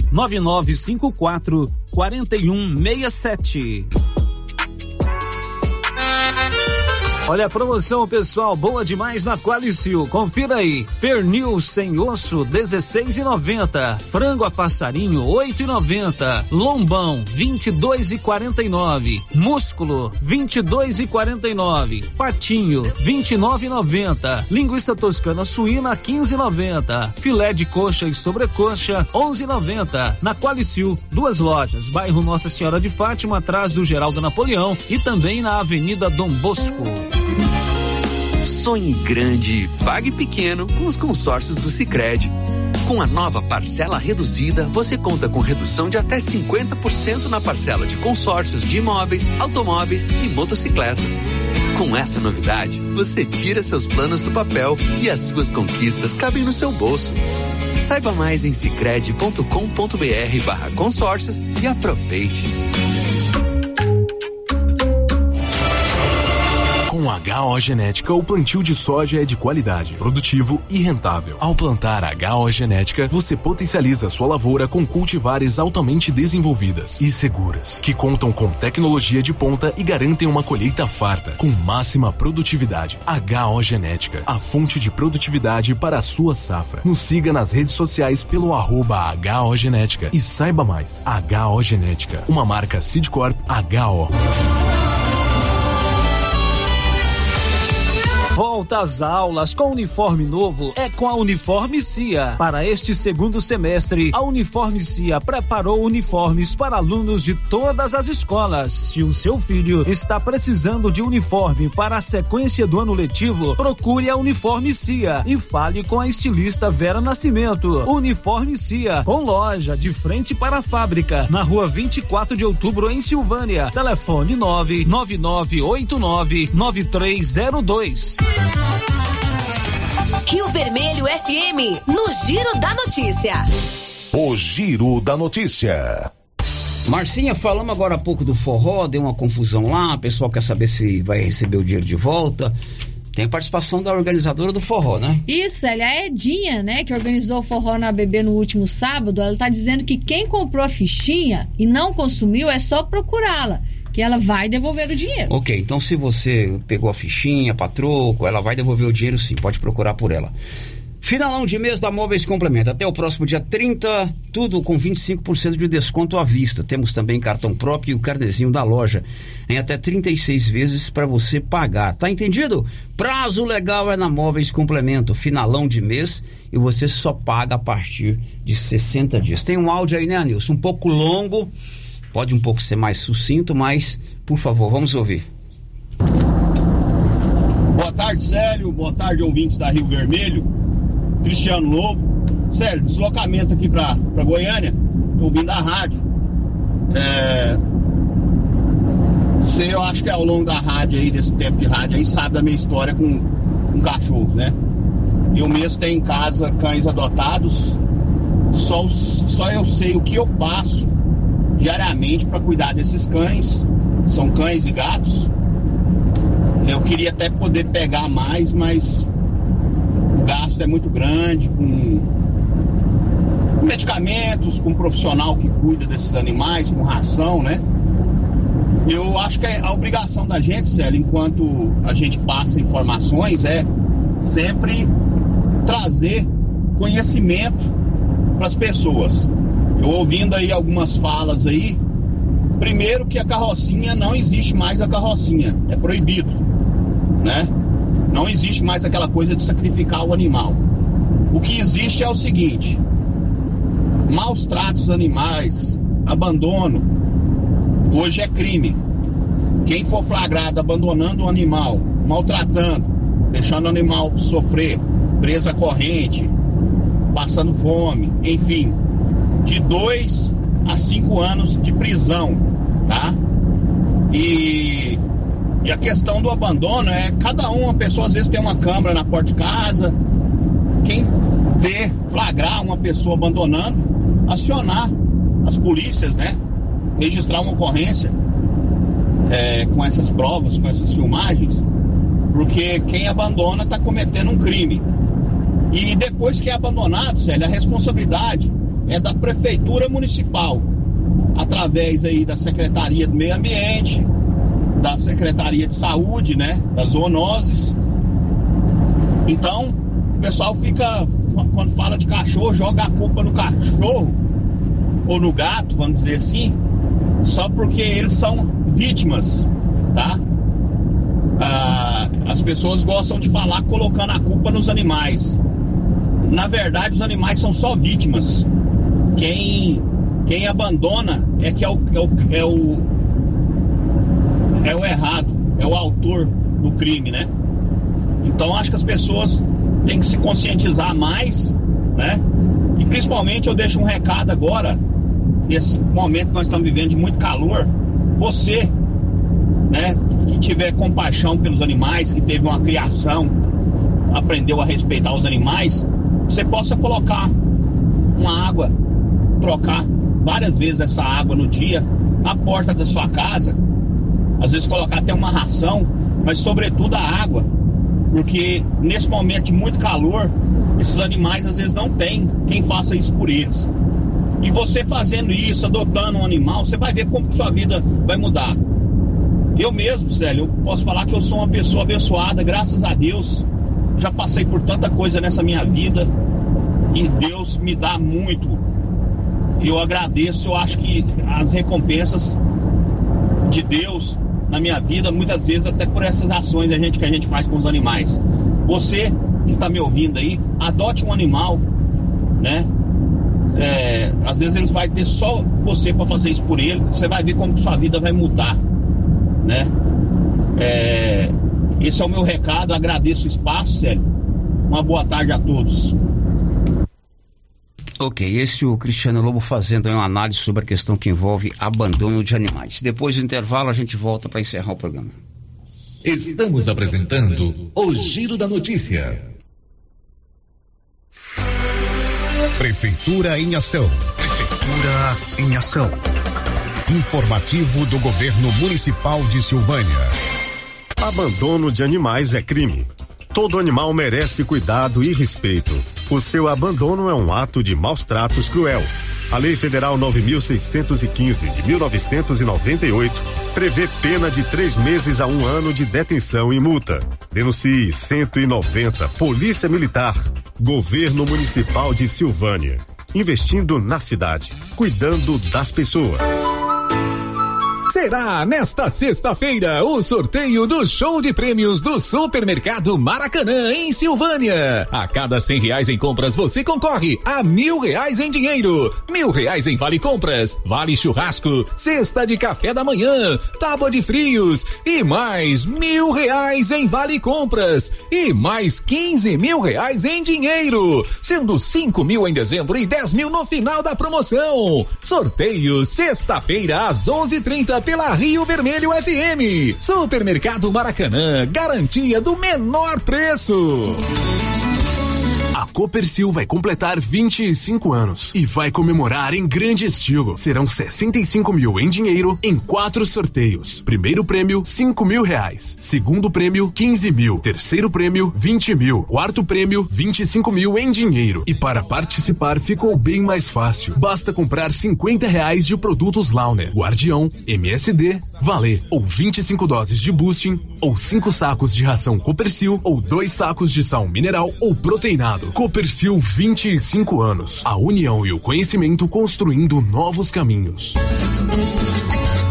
99954-4167. Olha a promoção, pessoal, boa demais na Qualicil. Confira aí. Pernil sem osso, R$16,90. Frango a passarinho, R$8,90. Lombão, R$22,49. Músculo, R$22,49. Patinho, R$29,90. Linguiça toscana suína, R$15,90. Filé de coxa e sobrecoxa, R$11,90. Na Qualicil, 2 lojas. Bairro Nossa Senhora de Fátima, atrás do Geraldo Napoleão, e também na Avenida Dom Bosco. Sonhe grande, pague pequeno com os consórcios do Sicredi. Com a nova parcela reduzida, você conta com redução de até 50% na parcela de consórcios de imóveis, automóveis e motocicletas. Com essa novidade, você tira seus planos do papel e as suas conquistas cabem no seu bolso. Saiba mais em sicredi.com.br/consórcios e aproveite. Com a HO Genética, o plantio de soja é de qualidade, produtivo e rentável. Ao plantar a HO Genética, você potencializa sua lavoura com cultivares altamente desenvolvidas e seguras, que contam com tecnologia de ponta e garantem uma colheita farta, com máxima produtividade. HO Genética, a fonte de produtividade para a sua safra. Nos siga nas redes sociais pelo @HO Genética e saiba mais. HO Genética, uma marca Seedcorp HO. Volta às aulas com uniforme novo é com a Uniforme Cia. Para este segundo semestre, a Uniforme Cia preparou uniformes para alunos de todas as escolas. Se o seu filho está precisando de uniforme para a sequência do ano letivo, procure a Uniforme Cia e fale com a estilista Vera Nascimento. Uniforme Cia, com loja de frente para a fábrica, na rua 24 de outubro, em Silvânia. Telefone 999899302. Rio Vermelho FM, no Giro da Notícia. O Giro da Notícia. Marcinha, falamos agora há pouco do forró, deu uma confusão lá, o pessoal quer saber se vai receber o dinheiro de volta. Tem a participação da organizadora do forró, né? Isso, ela é a Edinha, né, que organizou o forró na ABB no último sábado. Ela tá dizendo que quem comprou a fichinha e não consumiu é só procurá-la, que ela vai devolver o dinheiro. Ok, então se você pegou a fichinha pra troco, ela vai devolver o dinheiro sim, pode procurar por ela. Finalão de mês da Móveis Complemento, até o próximo dia 30, tudo com 25% de desconto à vista. Temos também cartão próprio e o carnezinho da loja, em até 36 vezes para você pagar, tá entendido? Prazo legal é na Móveis Complemento, finalão de mês, e você só paga a partir de 60 dias. Tem um áudio aí, né, Anilson? Um pouco longo, pode um pouco ser mais sucinto, mas, por favor, vamos ouvir. Boa tarde, Célio. Boa tarde, ouvintes da Rio Vermelho. Cristiano Lobo. Célio, deslocamento aqui pra Goiânia. Tô ouvindo a rádio. Você, eu acho que ao longo da rádio aí, desse tempo de rádio aí, sabe da minha história com cachorro, né? Eu mesmo tenho em casa cães adotados. Só eu sei o que eu passo diariamente para cuidar desses cães. São cães e gatos. Eu queria até poder pegar mais, mas o gasto é muito grande, com medicamentos, com um profissional que cuida desses animais, com ração, né? Eu acho que a obrigação da gente, Célio, enquanto a gente passa informações, é sempre trazer conhecimento para as pessoas. Eu ouvindo aí algumas falas aí, primeiro que a carrocinha, não existe mais a carrocinha, é proibido, né? Não existe mais aquela coisa de sacrificar o animal. O que existe é o seguinte: maus tratos animais, abandono, hoje é crime. Quem for flagrado abandonando um animal, maltratando, deixando o animal sofrer, presa à corrente, passando fome, enfim, de 2 a 5 anos de prisão, tá? E a questão do abandono é cada uma pessoa às vezes tem uma câmera na porta de casa. Quem flagrar uma pessoa abandonando, acionar as polícias, né? Registrar uma ocorrência com essas provas, com essas filmagens, porque quem abandona está cometendo um crime. E depois que é abandonado, Célio, a responsabilidade é da Prefeitura Municipal, através aí da Secretaria do Meio Ambiente, da Secretaria de Saúde, né? Das zoonoses. Então, o pessoal fica, quando fala de cachorro, joga a culpa no cachorro ou no gato, vamos dizer assim, só porque eles são vítimas, tá? As pessoas gostam de falar colocando a culpa nos animais. Na verdade, os animais são só vítimas. Quem abandona é que é o errado, é o autor do crime, né? Então, acho que as pessoas têm que se conscientizar mais, né? E principalmente eu deixo um recado agora, nesse momento que nós estamos vivendo de muito calor, você, né, que tiver compaixão pelos animais, que teve uma criação, aprendeu a respeitar os animais, você possa colocar uma água, trocar várias vezes essa água no dia, na porta da sua casa, às vezes colocar até uma ração, mas sobretudo a água, porque nesse momento de muito calor, esses animais às vezes não têm quem faça isso por eles. E você fazendo isso, adotando um animal, você vai ver como que sua vida vai mudar. Eu mesmo, Célio, eu posso falar que eu sou uma pessoa abençoada, graças a Deus. Já passei por tanta coisa nessa minha vida e Deus me dá muito. Eu agradeço, eu acho que as recompensas de Deus na minha vida, muitas vezes até por essas ações que a gente faz com os animais. Você que está me ouvindo aí, adote um animal, né? Às vezes eles vai ter só você para fazer isso por ele. Você vai ver como que sua vida vai mudar, né? Esse é o meu recado. Agradeço o espaço, Célio. Uma boa tarde a todos. Ok, esse é o Cristiano Lobo fazendo uma análise sobre a questão que envolve abandono de animais. Depois do intervalo a gente volta para encerrar o programa. Estamos apresentando o Giro da Notícia. Prefeitura em Ação. Prefeitura em Ação. Informativo do Governo Municipal de Silvânia. Abandono de animais é crime. Todo animal merece cuidado e respeito. O seu abandono é um ato de maus tratos cruel. A Lei Federal 9.615 de 1998 prevê pena de 3 meses a 1 ano de detenção e multa. Denuncie 190 Polícia Militar, Governo Municipal de Silvânia. Investindo na cidade, cuidando das pessoas. Será nesta sexta-feira o sorteio do show de prêmios do Supermercado Maracanã em Silvânia. A cada R$100 em compras você concorre a R$1.000 em dinheiro, R$1.000 em vale compras, vale churrasco, cesta de café da manhã, tábua de frios e mais R$1.000 em vale compras e mais R$15.000 em dinheiro, sendo 5.000 em dezembro e 10.000 no final da promoção. Sorteio sexta-feira às 11h30 pela Rio Vermelho FM. Supermercado Maracanã, garantia do menor preço. A Copercil vai completar 25 anos e vai comemorar em grande estilo. Serão 65 mil em dinheiro em 4 sorteios. Primeiro prêmio, R$5.000. Segundo prêmio, 15 mil. Terceiro prêmio, 20 mil. Quarto prêmio, 25 mil em dinheiro. E para participar ficou bem mais fácil. Basta comprar R$50 de produtos Launer, Guardião, MSD, Valer, ou 25 doses de boosting, ou 5 sacos de ração Copercil, ou 2 sacos de sal mineral ou proteinado. Copercil, 25 anos. A união e o conhecimento construindo novos caminhos.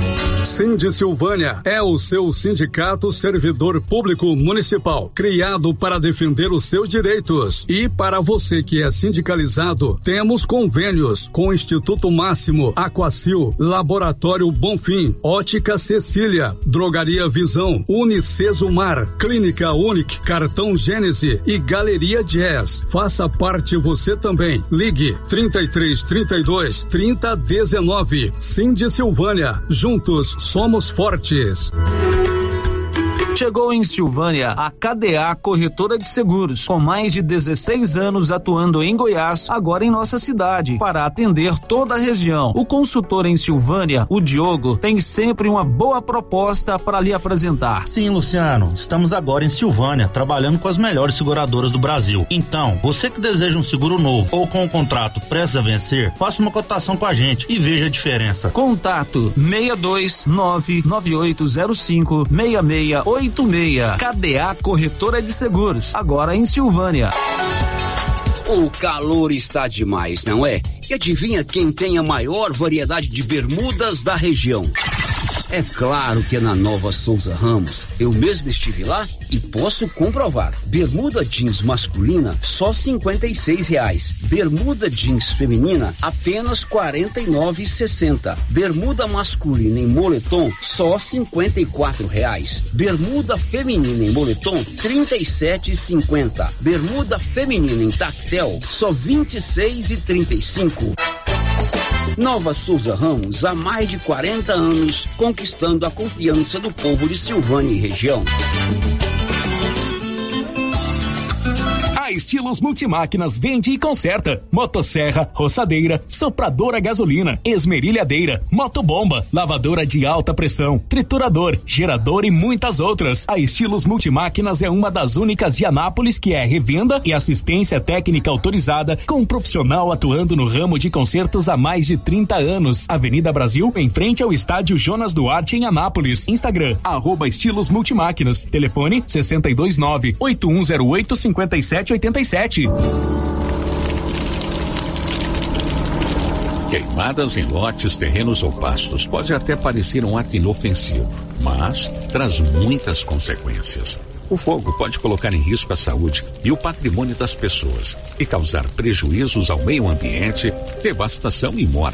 Sindi Silvânia é o seu sindicato servidor público municipal, criado para defender os seus direitos. E para você que é sindicalizado, temos convênios com o Instituto Máximo, Aquacil, Laboratório Bonfim, Ótica Cecília, Drogaria Visão, Unicesumar, Clínica Unic, Cartão Gênese e Galeria Jazz. Faça parte você também. Ligue 3332 3019. Sindi Silvânia. Juntos somos fortes. Chegou em Silvânia a KDA Corretora de Seguros, com mais de 16 anos atuando em Goiás, agora em nossa cidade, para atender toda a região. O consultor em Silvânia, o Diogo, tem sempre uma boa proposta para lhe apresentar. Sim, Luciano, estamos agora em Silvânia, trabalhando com as melhores seguradoras do Brasil. Então, você que deseja um seguro novo ou com um contrato prestes a vencer, faça uma cotação com a gente e veja a diferença. Contato 62998056686. KDA Corretora de Seguros, agora em Silvânia. O calor está demais, não é? E adivinha quem tem a maior variedade de bermudas da região? É claro que é na Nova Souza Ramos. Eu mesmo estive lá e posso comprovar. Bermuda jeans masculina, só R$56. Bermuda jeans feminina, apenas R$49,60. Bermuda masculina em moletom, só R$54. Bermuda feminina em moletom, R$37,50. Bermuda feminina em tactel, só R$26,35. Nova Souza Ramos, há mais de 40 anos, conquistando a confiança do povo de Silvânia e região. A Estilos Multimáquinas vende e conserta motosserra, roçadeira, sopradora a gasolina, esmerilhadeira, motobomba, lavadora de alta pressão, triturador, gerador e muitas outras. A Estilos Multimáquinas é uma das únicas de Anápolis que é revenda e assistência técnica autorizada, com um profissional atuando no ramo de consertos há mais de 30 anos. Avenida Brasil, em frente ao estádio Jonas Duarte, em Anápolis. Instagram, @Estilos Multimáquinas. Telefone 629-8108-5787. Queimadas em lotes, terrenos ou pastos pode até parecer um ato inofensivo, mas traz muitas consequências. O fogo pode colocar em risco a saúde e o patrimônio das pessoas e causar prejuízos ao meio ambiente, devastação e morte.